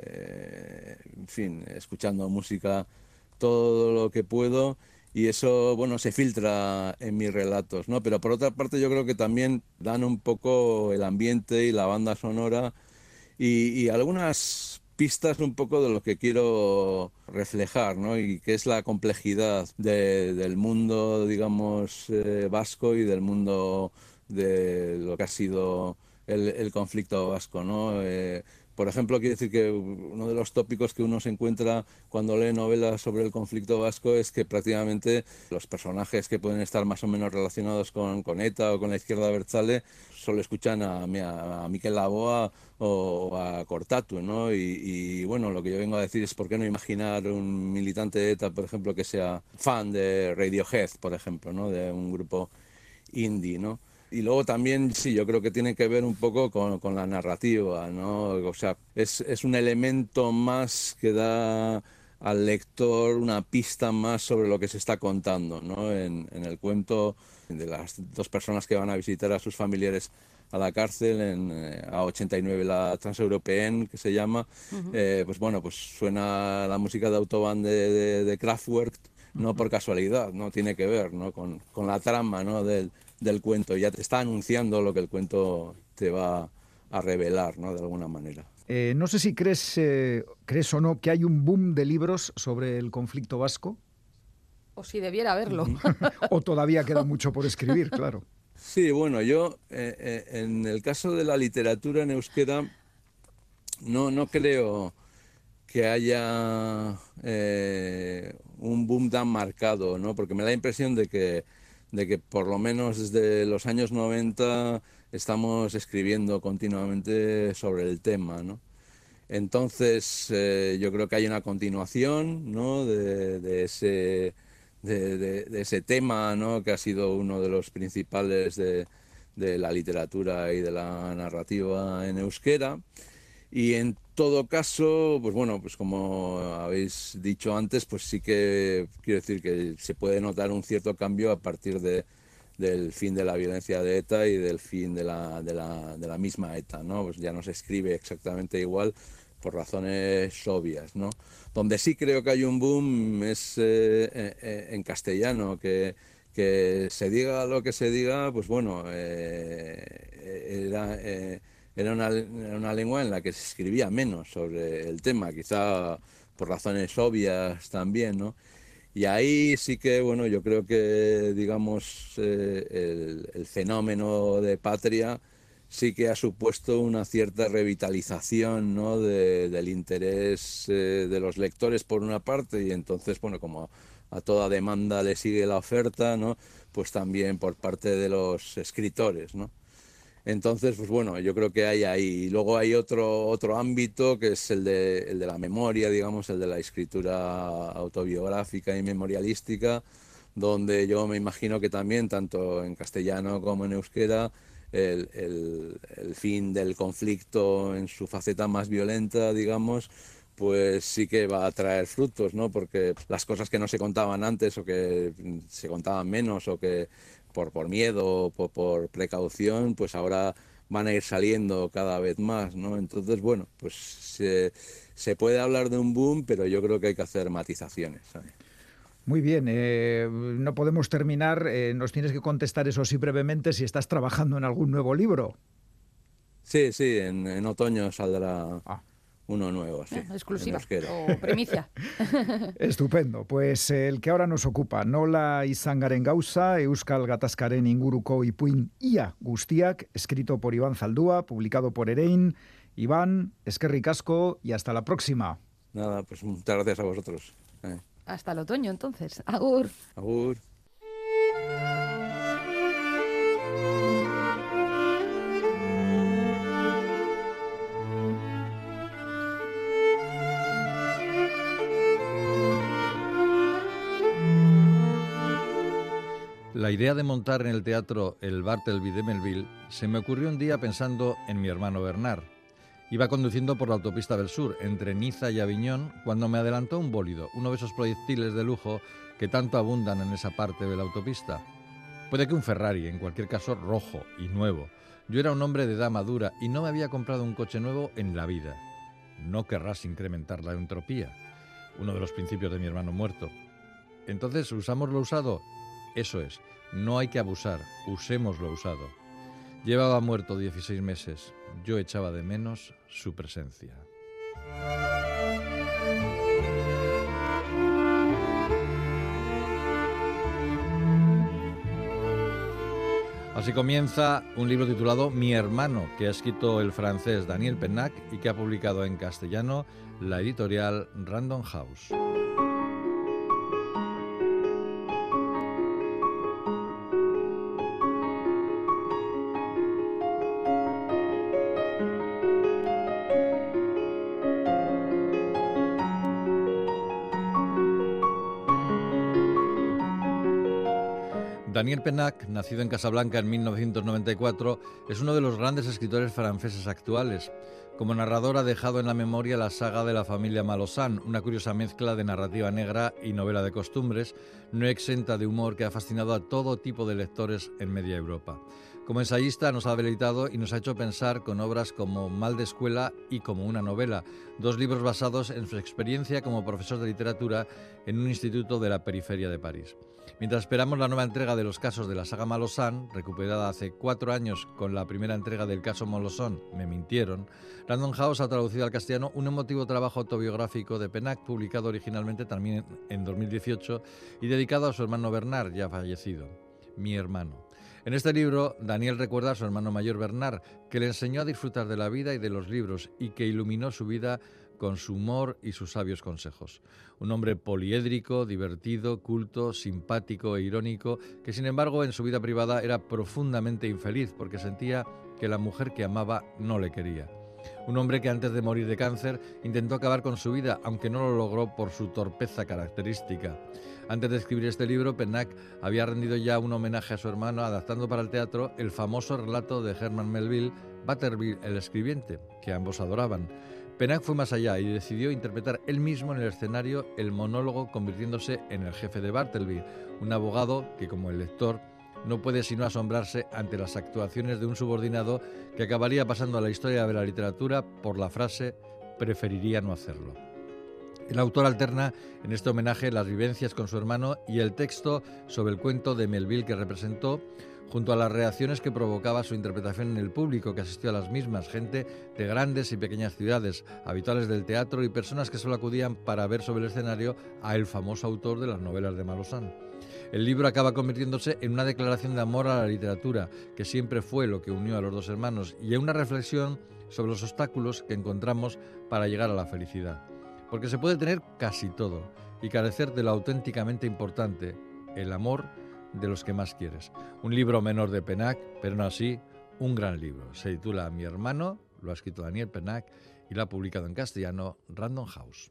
eh, en fin, escuchando música todo lo que puedo, y eso, bueno, se filtra en mis relatos, ¿no? Pero por otra parte yo creo que también dan un poco el ambiente y la banda sonora y, y algunas pistas un poco de lo que quiero reflejar, ¿no? Y que es la complejidad de, del mundo, digamos, eh, vasco y del mundo de lo que ha sido el, el conflicto vasco, ¿no? Eh, por ejemplo, quiero decir que uno de los tópicos que uno se encuentra cuando lee novelas sobre el conflicto vasco es que prácticamente los personajes que pueden estar más o menos relacionados con, con ETA o con la izquierda abertzale solo escuchan a, a, a Mikel Laboa o a Kortatu, ¿no? Y, y bueno, lo que yo vengo a decir es por qué no imaginar un militante de ETA, por ejemplo, que sea fan de Radiohead, por ejemplo, ¿no? De un grupo indie, ¿no? Y luego también, sí, yo creo que tiene que ver un poco con, con la narrativa, ¿no? O sea, es, es un elemento más que da al lector una pista más sobre lo que se está contando, ¿no? En, en el cuento de las dos personas que van a visitar a sus familiares a la cárcel, en eh, A ochenta y nueve, la Transeuropéenne, que se llama, uh-huh. eh, pues bueno, pues suena la música de Autobahn de, de, de Kraftwerk, no por casualidad, no tiene que ver, ¿no? con, con la trama, ¿no? del del cuento, ya te está anunciando lo que el cuento te va a revelar, ¿no? De alguna manera. Eh, no sé si crees, eh, crees o no que hay un boom de libros sobre el conflicto vasco. O si debiera haberlo. O todavía queda mucho por escribir, claro. Sí, bueno, yo eh, eh, en el caso de la literatura en euskera no, no creo que haya eh, un boom tan marcado, ¿no? Porque me da la impresión de que, de que por lo menos desde los años noventa estamos escribiendo continuamente sobre el tema, ¿no? Entonces, eh, yo creo que hay una continuación, ¿no? de, de, ese, de, de, de ese tema, ¿no? Que ha sido uno de los principales de, de la literatura y de la narrativa en euskera. Y en todo caso, pues bueno, pues como habéis dicho antes, pues sí que quiero decir que se puede notar un cierto cambio a partir de, del fin de la violencia de ETA y del fin de la, de la, de la misma ETA, ¿no? Pues ya no se escribe exactamente igual por razones obvias, ¿no? Donde sí creo que hay un boom es eh, eh, en castellano, que, que se diga lo que se diga, pues bueno, eh, era... Eh, Era una, era una lengua en la que se escribía menos sobre el tema, quizá por razones obvias también, ¿no? Y ahí sí que, bueno, yo creo que, digamos, eh, el, el fenómeno de Patria sí que ha supuesto una cierta revitalización, ¿no? de, del interés eh, de los lectores por una parte, y entonces, bueno, como a toda demanda le sigue la oferta, ¿no? Pues también por parte de los escritores, ¿no? Entonces, pues bueno, yo creo que hay ahí. Y luego hay otro, otro ámbito que es el de, el de la memoria, digamos, el de la escritura autobiográfica y memorialística, donde yo me imagino que también, tanto en castellano como en euskera, el, el, el fin del conflicto en su faceta más violenta, digamos, pues sí que va a traer frutos, ¿no? Porque las cosas que no se contaban antes o que se contaban menos o que por, por miedo o por, por precaución, pues ahora van a ir saliendo cada vez más, ¿no? Entonces, bueno, pues se, se puede hablar de un boom, pero yo creo que hay que hacer matizaciones, ¿sabes? Muy bien, eh, no podemos terminar, eh, nos tienes que contestar eso sí brevemente, si estás trabajando en algún nuevo libro. Sí, sí, en, en otoño saldrá... Ah. Uno nuevo, sí. Eh, exclusiva o primicia. Estupendo. Pues el que ahora nos ocupa, nola izan garen gauza, Euskal Gatazkaren inguruko ipuin ia guztiak, escrito por Iván Zaldúa, publicado por Erein. Iván, eskerrik asko y hasta la próxima. Nada, pues muchas gracias a vosotros. Eh. Hasta el otoño, entonces. Agur. Agur. La idea de montar en el teatro el Bartleby de Melville se me ocurrió un día pensando en mi hermano Bernard. Iba conduciendo por la autopista del sur, entre Niza y Aviñón, cuando me adelantó un bólido, uno de esos proyectiles de lujo que tanto abundan en esa parte de la autopista. Puede que un Ferrari, en cualquier caso rojo y nuevo. Yo era un hombre de edad madura y no me había comprado un coche nuevo en la vida. No querrás incrementar la entropía, uno de los principios de mi hermano muerto. Entonces, ¿usamos lo usado? Eso es, no hay que abusar, usemos lo usado. Llevaba muerto dieciséis meses, yo echaba de menos su presencia. Así comienza un libro titulado Mi hermano, que ha escrito el francés Daniel Pennac y que ha publicado en castellano la editorial Random House. Daniel Pennac, nacido en Casablanca en mil novecientos noventa y cuatro, es uno de los grandes escritores franceses actuales. Como narrador ha dejado en la memoria la saga de la familia Malosán, una curiosa mezcla de narrativa negra y novela de costumbres, no exenta de humor que ha fascinado a todo tipo de lectores en media Europa. Como ensayista nos ha deleitado y nos ha hecho pensar con obras como Mal de escuela y Como una novela, dos libros basados en su experiencia como profesor de literatura en un instituto de la periferia de París. Mientras esperamos la nueva entrega de los casos de la saga Malosán, recuperada hace cuatro años con la primera entrega del caso Molosón, Me mintieron, Random House ha traducido al castellano un emotivo trabajo autobiográfico de Pennac, publicado originalmente también en dos mil dieciocho y dedicado a su hermano Bernard, ya fallecido, Mi hermano. En este libro, Daniel recuerda a su hermano mayor Bernard, que le enseñó a disfrutar de la vida y de los libros y que iluminó su vida con su humor y sus sabios consejos. Un hombre poliédrico, divertido, culto, simpático e irónico, que sin embargo en su vida privada era profundamente infeliz porque sentía que la mujer que amaba no le quería. Un hombre que antes de morir de cáncer intentó acabar con su vida, aunque no lo logró por su torpeza característica. Antes de escribir este libro, Pennac había rendido ya un homenaje a su hermano adaptando para el teatro el famoso relato de Herman Melville, Butterbill el escribiente, que ambos adoraban. Pennac fue más allá y decidió interpretar él mismo en el escenario el monólogo, convirtiéndose en el jefe de Bartleby, un abogado que, como el lector, no puede sino asombrarse ante las actuaciones de un subordinado que acabaría pasando a la historia de la literatura por la frase «preferiría no hacerlo». El autor alterna en este homenaje las vivencias con su hermano y el texto sobre el cuento de Melville que representó, junto a las reacciones que provocaba su interpretación en el público que asistió a las mismas, gente de grandes y pequeñas ciudades, habituales del teatro y personas que solo acudían para ver sobre el escenario a el famoso autor de las novelas de Malosán. El libro acaba convirtiéndose en una declaración de amor a la literatura, que siempre fue lo que unió a los dos hermanos, y en una reflexión sobre los obstáculos que encontramos para llegar a la felicidad. Porque se puede tener casi todo y carecer de lo auténticamente importante, el amor de los que más quieres. Un libro menor de Pennac, pero no así, un gran libro. Se titula Mi hermano, lo ha escrito Daniel Pennac y lo ha publicado en castellano Random House.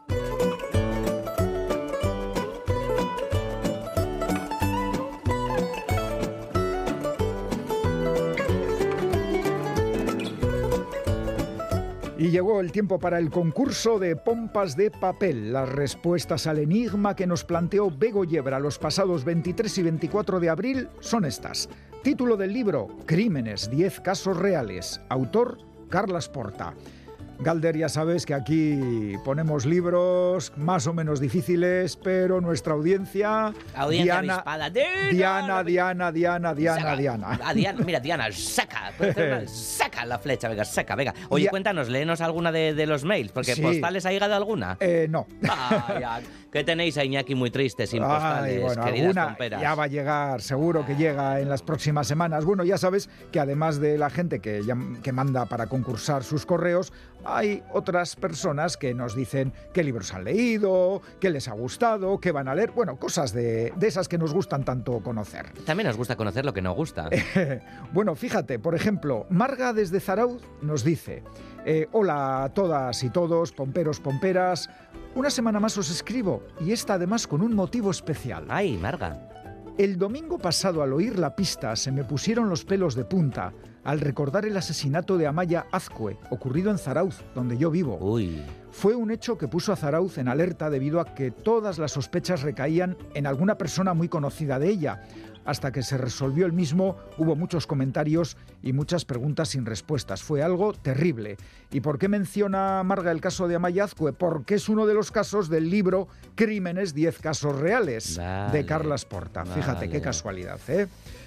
Y llegó el tiempo para el concurso de pompas de papel. Las respuestas al enigma que nos planteó Bego Yebra los pasados veintitrés y veinticuatro de abril son estas. Título del libro: Crímenes, diez casos reales. Autor: Carles Porta. Galder, ya sabes que aquí ponemos libros más o menos difíciles, pero nuestra audiencia... Audiencia Diana, avispada. Diana, Diana, Diana, Diana, Saca. Diana. Ah, Diana. Mira, Diana, saca. Una, saca la flecha, venga, saca, venga. Oye, Ya. cuéntanos, léenos alguna de, de los mails, porque Sí. postales ha llegado alguna. Eh, no. Ah, ya. ¿Qué tenéis a Iñaki muy triste sin postales, Ay, bueno, queridas alguna pomperas? ya va a llegar, seguro que llega en las próximas semanas. Bueno, ya sabes que además de la gente que, llam- que manda para concursar sus correos, hay otras personas que nos dicen qué libros han leído, qué les ha gustado, qué van a leer. Bueno, cosas de, de esas que nos gustan tanto conocer. También nos gusta conocer lo que nos gusta. Bueno, fíjate, por ejemplo, Marga desde Zarauz nos dice: eh, hola a todas y todos, pomperos, pomperas. Una semana más os escribo, y esta además con un motivo especial. Ay, Marga. El domingo pasado, al oír la pista, se me pusieron los pelos de punta al recordar el asesinato de Amaya Azcue, ocurrido en Zarauz, donde yo vivo. Uy. Fue un hecho que puso a Zarauz en alerta debido a que todas las sospechas recaían en alguna persona muy conocida de ella. Hasta que se resolvió el mismo, hubo muchos comentarios y muchas preguntas sin respuestas. Fue algo terrible. ¿Y por qué menciona Marga el caso de Amaya Azcue? Porque es uno de los casos del libro Crímenes, diez casos reales, Vale, de Carles Porta. Fíjate vale. qué casualidad, ¿eh?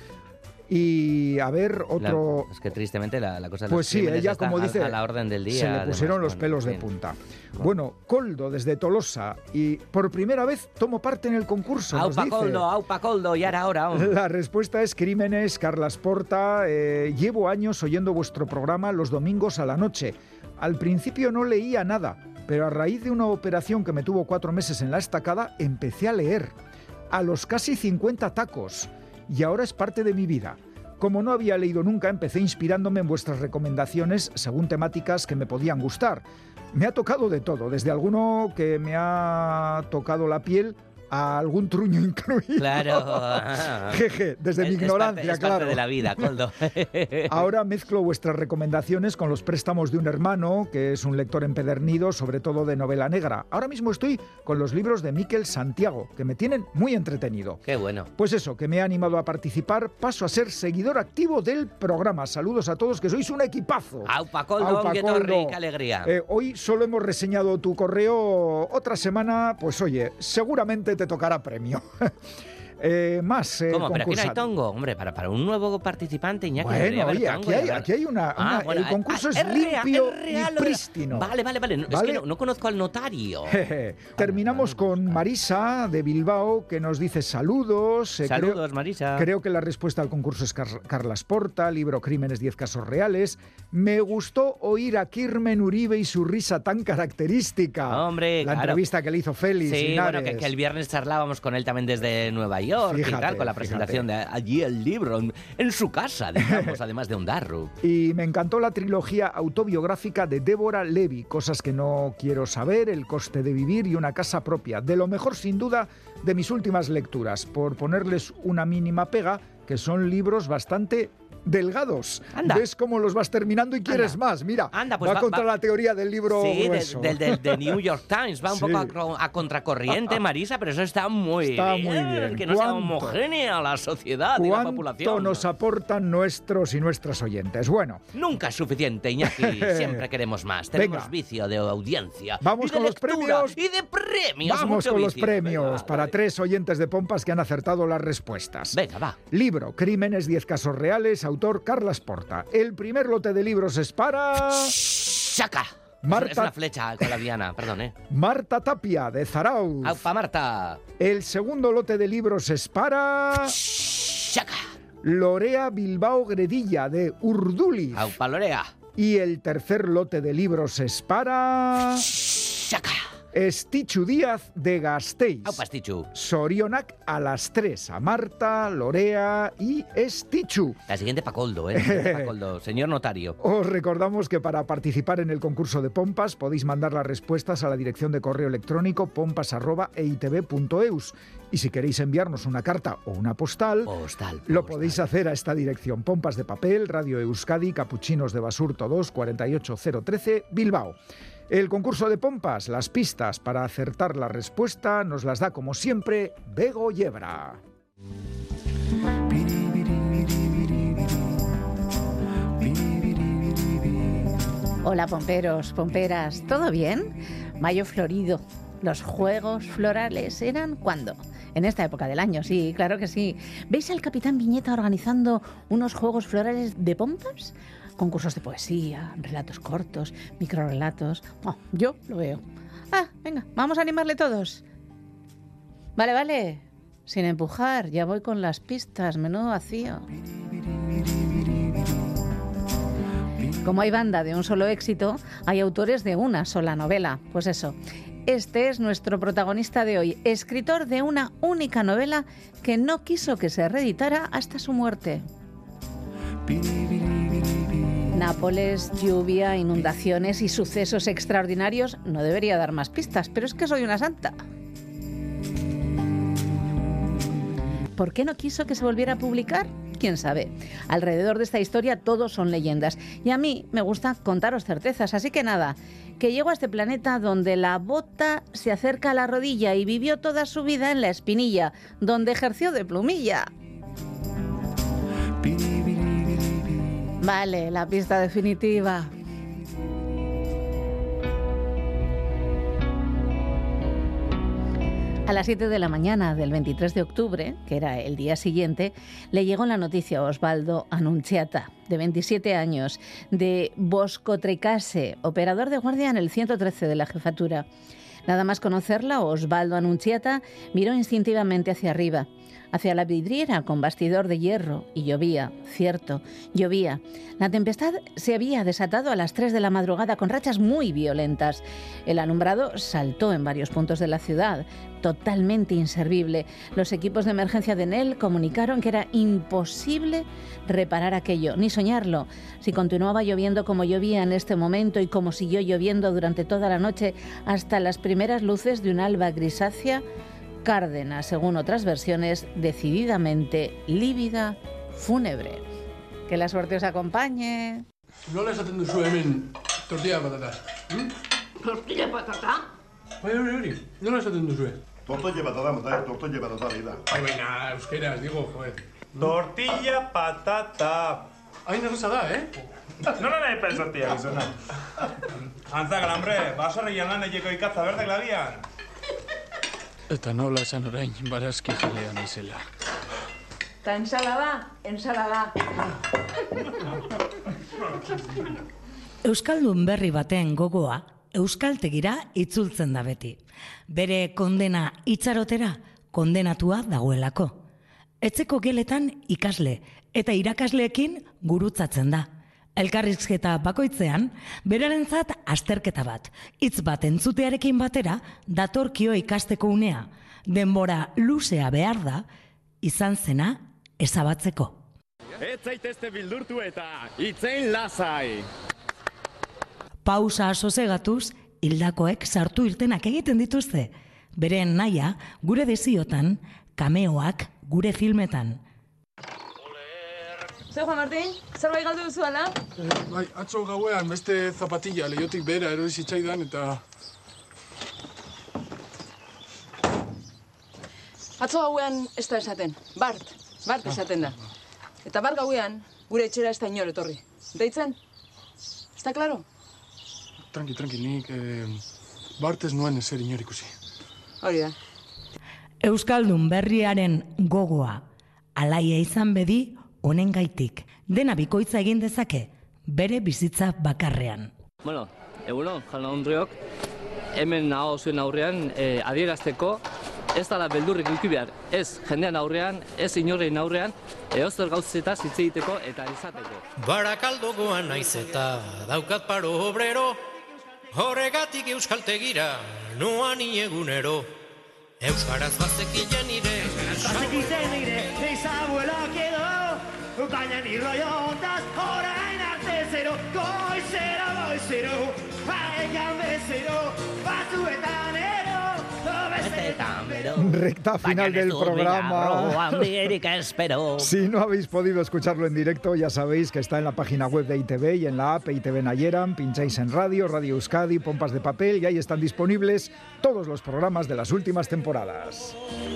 Y a ver, otro... La- es que tristemente la, la cosa de Pues los sí, crímenes ella, está como a- dice, a la orden del día. se le pusieron además, los bueno, pelos en de fin. punta. Bueno, Coldo, desde Tolosa, y por primera vez tomo parte en el concurso. nos Aupa dice. Coldo, aupa Coldo, y ahora, ahora. hombre. La respuesta es Crímenes, Carles Porta. Eh, llevo años oyendo vuestro programa los domingos a la noche. Al principio no leía nada, pero a raíz de una operación que me tuvo cuatro meses en la estacada, empecé a leer. A los casi cincuenta tacos. Y ahora es parte de mi vida. Como no había leído nunca, empecé inspirándome en vuestras recomendaciones según temáticas que me podían gustar. Me ha tocado de todo, desde alguno que me ha tocado la piel a algún truño incluido. Claro. Jeje, desde Es- mi es ignorancia, parte, es claro. parte de la vida, Coldo. Ahora mezclo vuestras recomendaciones con los préstamos de un hermano, que es un lector empedernido, sobre todo de novela negra. Ahora mismo estoy con los libros de Miquel Santiago, que me tienen muy entretenido. Qué bueno. Pues eso, que me ha animado a participar, paso a ser seguidor activo del programa. Saludos a todos, que sois un equipazo. Aupa Coldo, Aupa, qué Coldo. torri, qué alegría. Eh, hoy solo hemos reseñado tu correo. Otra semana, pues oye, seguramente te tocará premio. Eh, más eh, ¿Cómo? ¿Pero aquí no hay concursantes. tongo? Hombre, para, para un nuevo participante, Iñaki. Bueno, debería haber oye, tango aquí y hay, haber- aquí hay una... Ah, una- bueno, el concurso ah, es es real, limpio es real y lo de- prístino. Vale, vale, vale. No, Es ¿Vale? que no, no conozco al notario. Terminamos con Marisa de Bilbao, que nos dice saludos. Eh, Saludos, creo, Marisa. Creo que la respuesta al concurso es Car- Carla Porta, libro Crímenes, diez casos reales. Me gustó oír a Kirmen Uribe y su risa tan característica. Hombre, La claro. entrevista que le hizo Félix Sí, Linares. bueno, que, que el viernes charlábamos con él también desde Nueva York y Fíjate, tal, con la fíjate. presentación de allí el libro, en, en su casa, digamos, además de Ondarru. Y me encantó la trilogía autobiográfica de Débora Levy, Cosas que no quiero saber, El coste de vivir y Una casa propia. De lo mejor, sin duda, de mis últimas lecturas, por ponerles una mínima pega, que son libros bastante delgados. Anda. Ves cómo los vas terminando y quieres Anda. más. Mira, Anda, pues va, va- contra va- la teoría del libro Sí, de- grueso. del del- del New York Times, va un Sí. poco a, cro- a contracorriente, Marisa, pero eso está muy Está bien. muy bien. Que no sea ¿Cuánto? homogénea la sociedad y la ¿Cuánto población. nos aportan nuestros y nuestras oyentes? Bueno, Nunca es suficiente, Iñaki. Siempre queremos más. Tenemos Venga. vicio de audiencia. Vamos y de con los lectura, premios. Y de premios. vamos mucho con los vicio. premios Venga, para vale. tres oyentes de Pompas que han acertado las respuestas. Venga, va. Libro, Crímenes, diez casos reales, autor Carla Porta. El primer lote de libros es para... ¡Saca! Marta- Es una flecha con la diana, perdón, ¿eh? Marta Tapia, de Zarauz. ¡Aupa, Marta! El segundo lote de libros es para... ¡Saca! Lorea Bilbao Gredilla, de Urduliz. ¡Aupa, Lorea! Y el tercer lote de libros es para... ¡Saca! Estichu Díaz, de Gasteiz. ¡Aupa, Stichu! Sorionak a las tres, a Marta, Lorea y Estichu. La siguiente pa' Coldo, ¿eh? La siguiente pa' Coldo. Señor notario. Os recordamos que para participar en el concurso de Pompas podéis mandar las respuestas a la dirección de correo electrónico pompas arroba e i te be punto eus. Y si queréis enviarnos una carta o una postal, Postal. lo postal. podéis hacer a esta dirección: Pompas de Papel, Radio Euskadi, Capuchinos de Basurto dos, cuarenta y ocho cero trece, Bilbao. El concurso de Pompas, las pistas para acertar la respuesta, nos las da como siempre Bego Yebra. Hola pomperos, pomperas, ¿todo bien? Mayo florido. Los juegos florales eran ¿cuándo? En esta época del año, sí, claro que sí. ¿Veis al capitán Viñeta organizando unos juegos florales de pompas? Concursos de poesía, relatos cortos, microrelatos. Oh, yo lo veo. Ah, venga, vamos a animarle todos. Vale, vale. Sin empujar, ya voy con las pistas, menudo vacío. Como hay banda de un solo éxito, hay autores de una sola novela. Pues eso, este es nuestro protagonista de hoy, escritor de una única novela que no quiso que se reeditara hasta su muerte. Nápoles, lluvia, inundaciones y sucesos extraordinarios. No debería dar más pistas, pero es que soy una santa. ¿Por qué no quiso que se volviera a publicar? ¿Quién sabe? Alrededor de esta historia todos son leyendas. Y a mí me gusta contaros certezas, así que nada, que llegó a este planeta donde la bota se acerca a la rodilla y vivió toda su vida en la espinilla, donde ejerció de plumilla. Vale, la pista definitiva. A las siete de la mañana del veintitrés de octubre, que era el día siguiente, le llegó la noticia a Osvaldo Annunziata, de veintisiete años, de Bosco Tricase, operador de guardia en el ciento trece de la jefatura. Nada más conocerla, Osvaldo Annunziata miró instintivamente hacia arriba, hacia la vidriera con bastidor de hierro, y llovía, cierto, llovía. La tempestad se había desatado a las tres de la madrugada con rachas muy violentas. El alumbrado saltó en varios puntos de la ciudad, totalmente inservible. Los equipos de emergencia de Enel comunicaron que era imposible reparar aquello, ni soñarlo. Si continuaba lloviendo como llovía en este momento y como siguió lloviendo durante toda la noche hasta las primeras luces de un alba grisácea, Cárdenas, según otras versiones, decididamente lívida, fúnebre. Que la suerte os acompañe. Nola esaten duzu hemen tortilla de patatas? ¿Mm? Tortilla de patata? Bai, hori, hori. Nola esaten duzu? Tortilla de patata, mata, tortilla de patata, da. Bai, baina, euskeraz, digo, joder. Tortilla patata. Hain erraza da, eh? Nola nahi pensatia, gizona? Antzak, hombre, basorri lan egeko ikatza berdek labian. Eta nola esan orain, barazki jalea naizela. Ta ensalada, ensalada. Euskaldun berri baten gogoa, euskaltegira itzultzen da beti. Bere kondena itxarotera, kondenatua dagoelako. Etzeko geletan ikasle eta irakasleekin gurutzatzen da. Elkarrizketa bakoitzean, berarentzat azterketa bat, hitz bat entzutearekin batera, datorkio ikasteko unea, denbora luzea behar da, izan zena ezabatzeko. Ez zaitezte bildurtu eta itzein lasai! Pausa sosegatuz, hildakoek sartu irtenak egiten dituzte. Beren naia, gure desiotan, kameoak gure filmetan. Zer, Juan Martín? Zerbait galdu duzu, ala? Eh, bai, atzo gauean beste zapatilla lehiotik behera erori zitzaidan eta... Atzo gauean ez da esaten. Bart. Bart esaten da. Eta bart gauean gure etxera ez da inor etorri. Deitzen? Ez da klaro? Tranqui, tranqui, nik... Eh, Bart ez nuen ezer inor ikusi. Hori da. Euskaldun berriaren gogoa. Alaia izan bedi honen gaitik. Dena bikoitza egin dezake, bere bizitza bakarrean. Bueno, egunon, jala ondriok, hemen naho zuen aurrean eh, adierazteko, ez dala beldurrik eduki behar, ez jendean aurrean, ez inorrein aurrean, eozter gauzetaz hitz egiteko eta izateko. Barakaldokoan naiz eta daukat paro obrero, horregatik euskaltegira, noan egunero. Euskaraz bazekien nire, bazekiten nire, eizabuelak edo, baina nirro jontaz, orain arte zero, goizero, goizero, haekan bezero, batzuetan ero, bestetan bero. Recta final del programa. Espero. Si no habéis podido escucharlo en directo, ya sabéis que está en la página web de I T V y en la app I T V Nayeran. Pincháis en Radio, Radio Euskadi, Pompas de Papel y ahí están disponibles todos los programas de las últimas temporadas.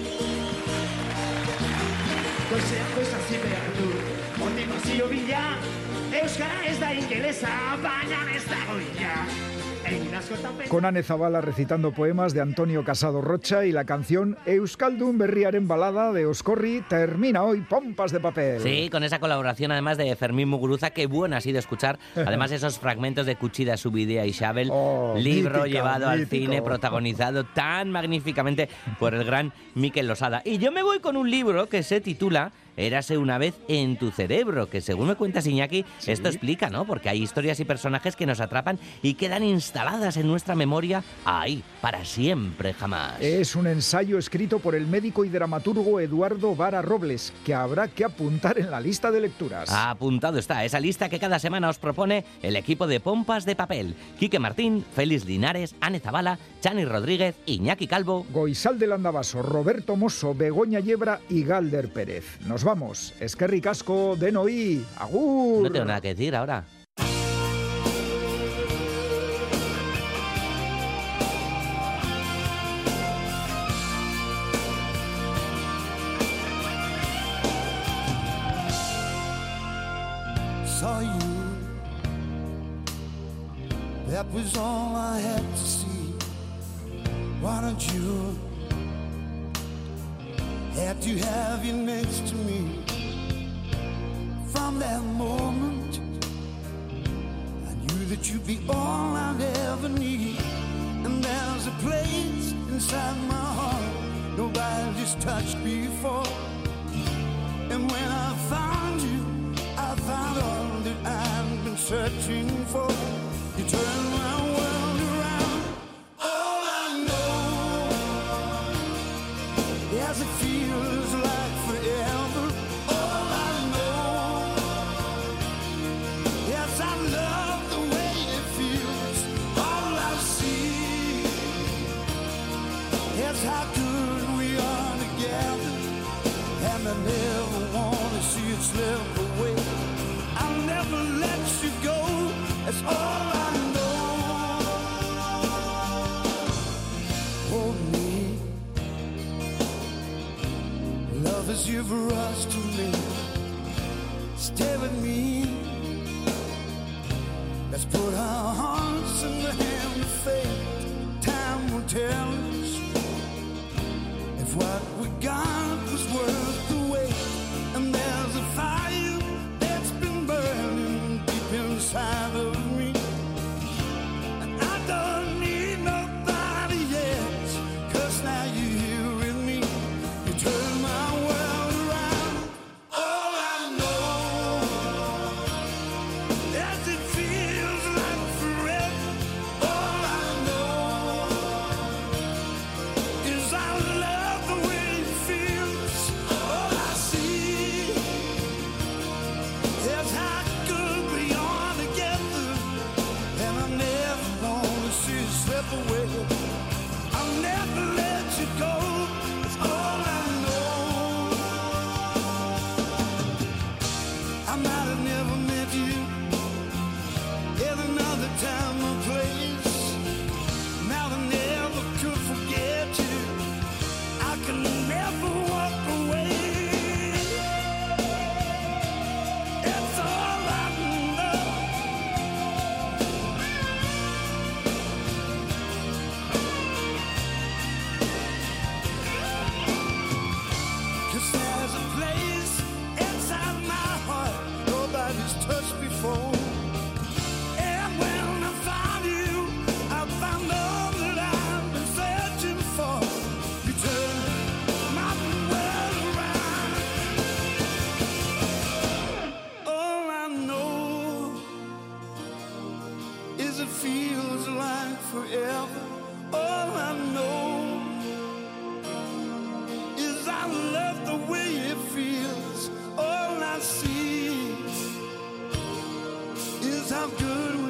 Goizeko ezazi behar du, motivazio bila, euskara ez da ingelesa, baina ez da goia. Con Ane Zabala recitando poemas de Antonio Casado Rocha y la canción Euskaldun Berriaren Balada de Oscorri termina hoy Pompas de Papel. Sí, con esa colaboración además de Fermín Muguruza, qué bueno ha sido escuchar además esos fragmentos de Cuchida, Subidea y Xabel, oh, libro mítica, llevado mítico. al cine, protagonizado tan magníficamente por el gran Mikel Losada. Y yo me voy con un libro que se titula Érase una vez en tu cerebro, que según me cuentas, Iñaki, ¿sí? Esto explica, ¿no? Porque hay historias y personajes que nos atrapan y quedan instaladas en nuestra memoria ahí, para siempre, jamás. Es un ensayo escrito por el médico y dramaturgo Eduardo Vara Robles, que habrá que apuntar en la lista de lecturas. Apuntado está, esa lista que cada semana os propone el equipo de Pompas de Papel. Quique Martín, Félix Linares, Ane Zabala, Chani Rodríguez, Iñaki Calvo, Goizal del Andabaso, Roberto Mosso, Begoña Yebra y Galder Pérez. Nos vamos. Eskerrik asko denoi. Agur. No tengo nada que decir ahora. Saw you. That was all I had to see. Why don't you? Had to have you next to me. From that moment, I knew that you'd be all I'd ever need. And there's a place inside my heart nobody just touched before. And when I found you, I found all that I've been searching for. You turned my world around. All I know, yes, it feels like forever. All I know, yes, I love the way it feels. All I see, yes, how good we are together. And I never want to see it slip away. I'll never let you go. That's all I know. Hold me. Love is you for us to live. Stay with me. Let's put our hearts in the hand of fate. Time will tell us if what we got was worth the wait. And there's a fire that's been burning deep inside of me, and I don't need nobody else, 'cause now you're here with me. You turn my world around. All I know, as it feels like forever, all I know is I love the way it feels. All I see is how good we are together, and I never wanna see you slip away. I'll never let you go. It's all I know. I might have never met you in another time or place. Now I never could forget you. I can never walk away. It's all I know. 'Cause there's a place inside my heart nobody's touched before. And when I found you, I found all that I've been searching for. You turn my world around. All I know is it feels like forever. All I know is I love the way it feels. All I see is how good we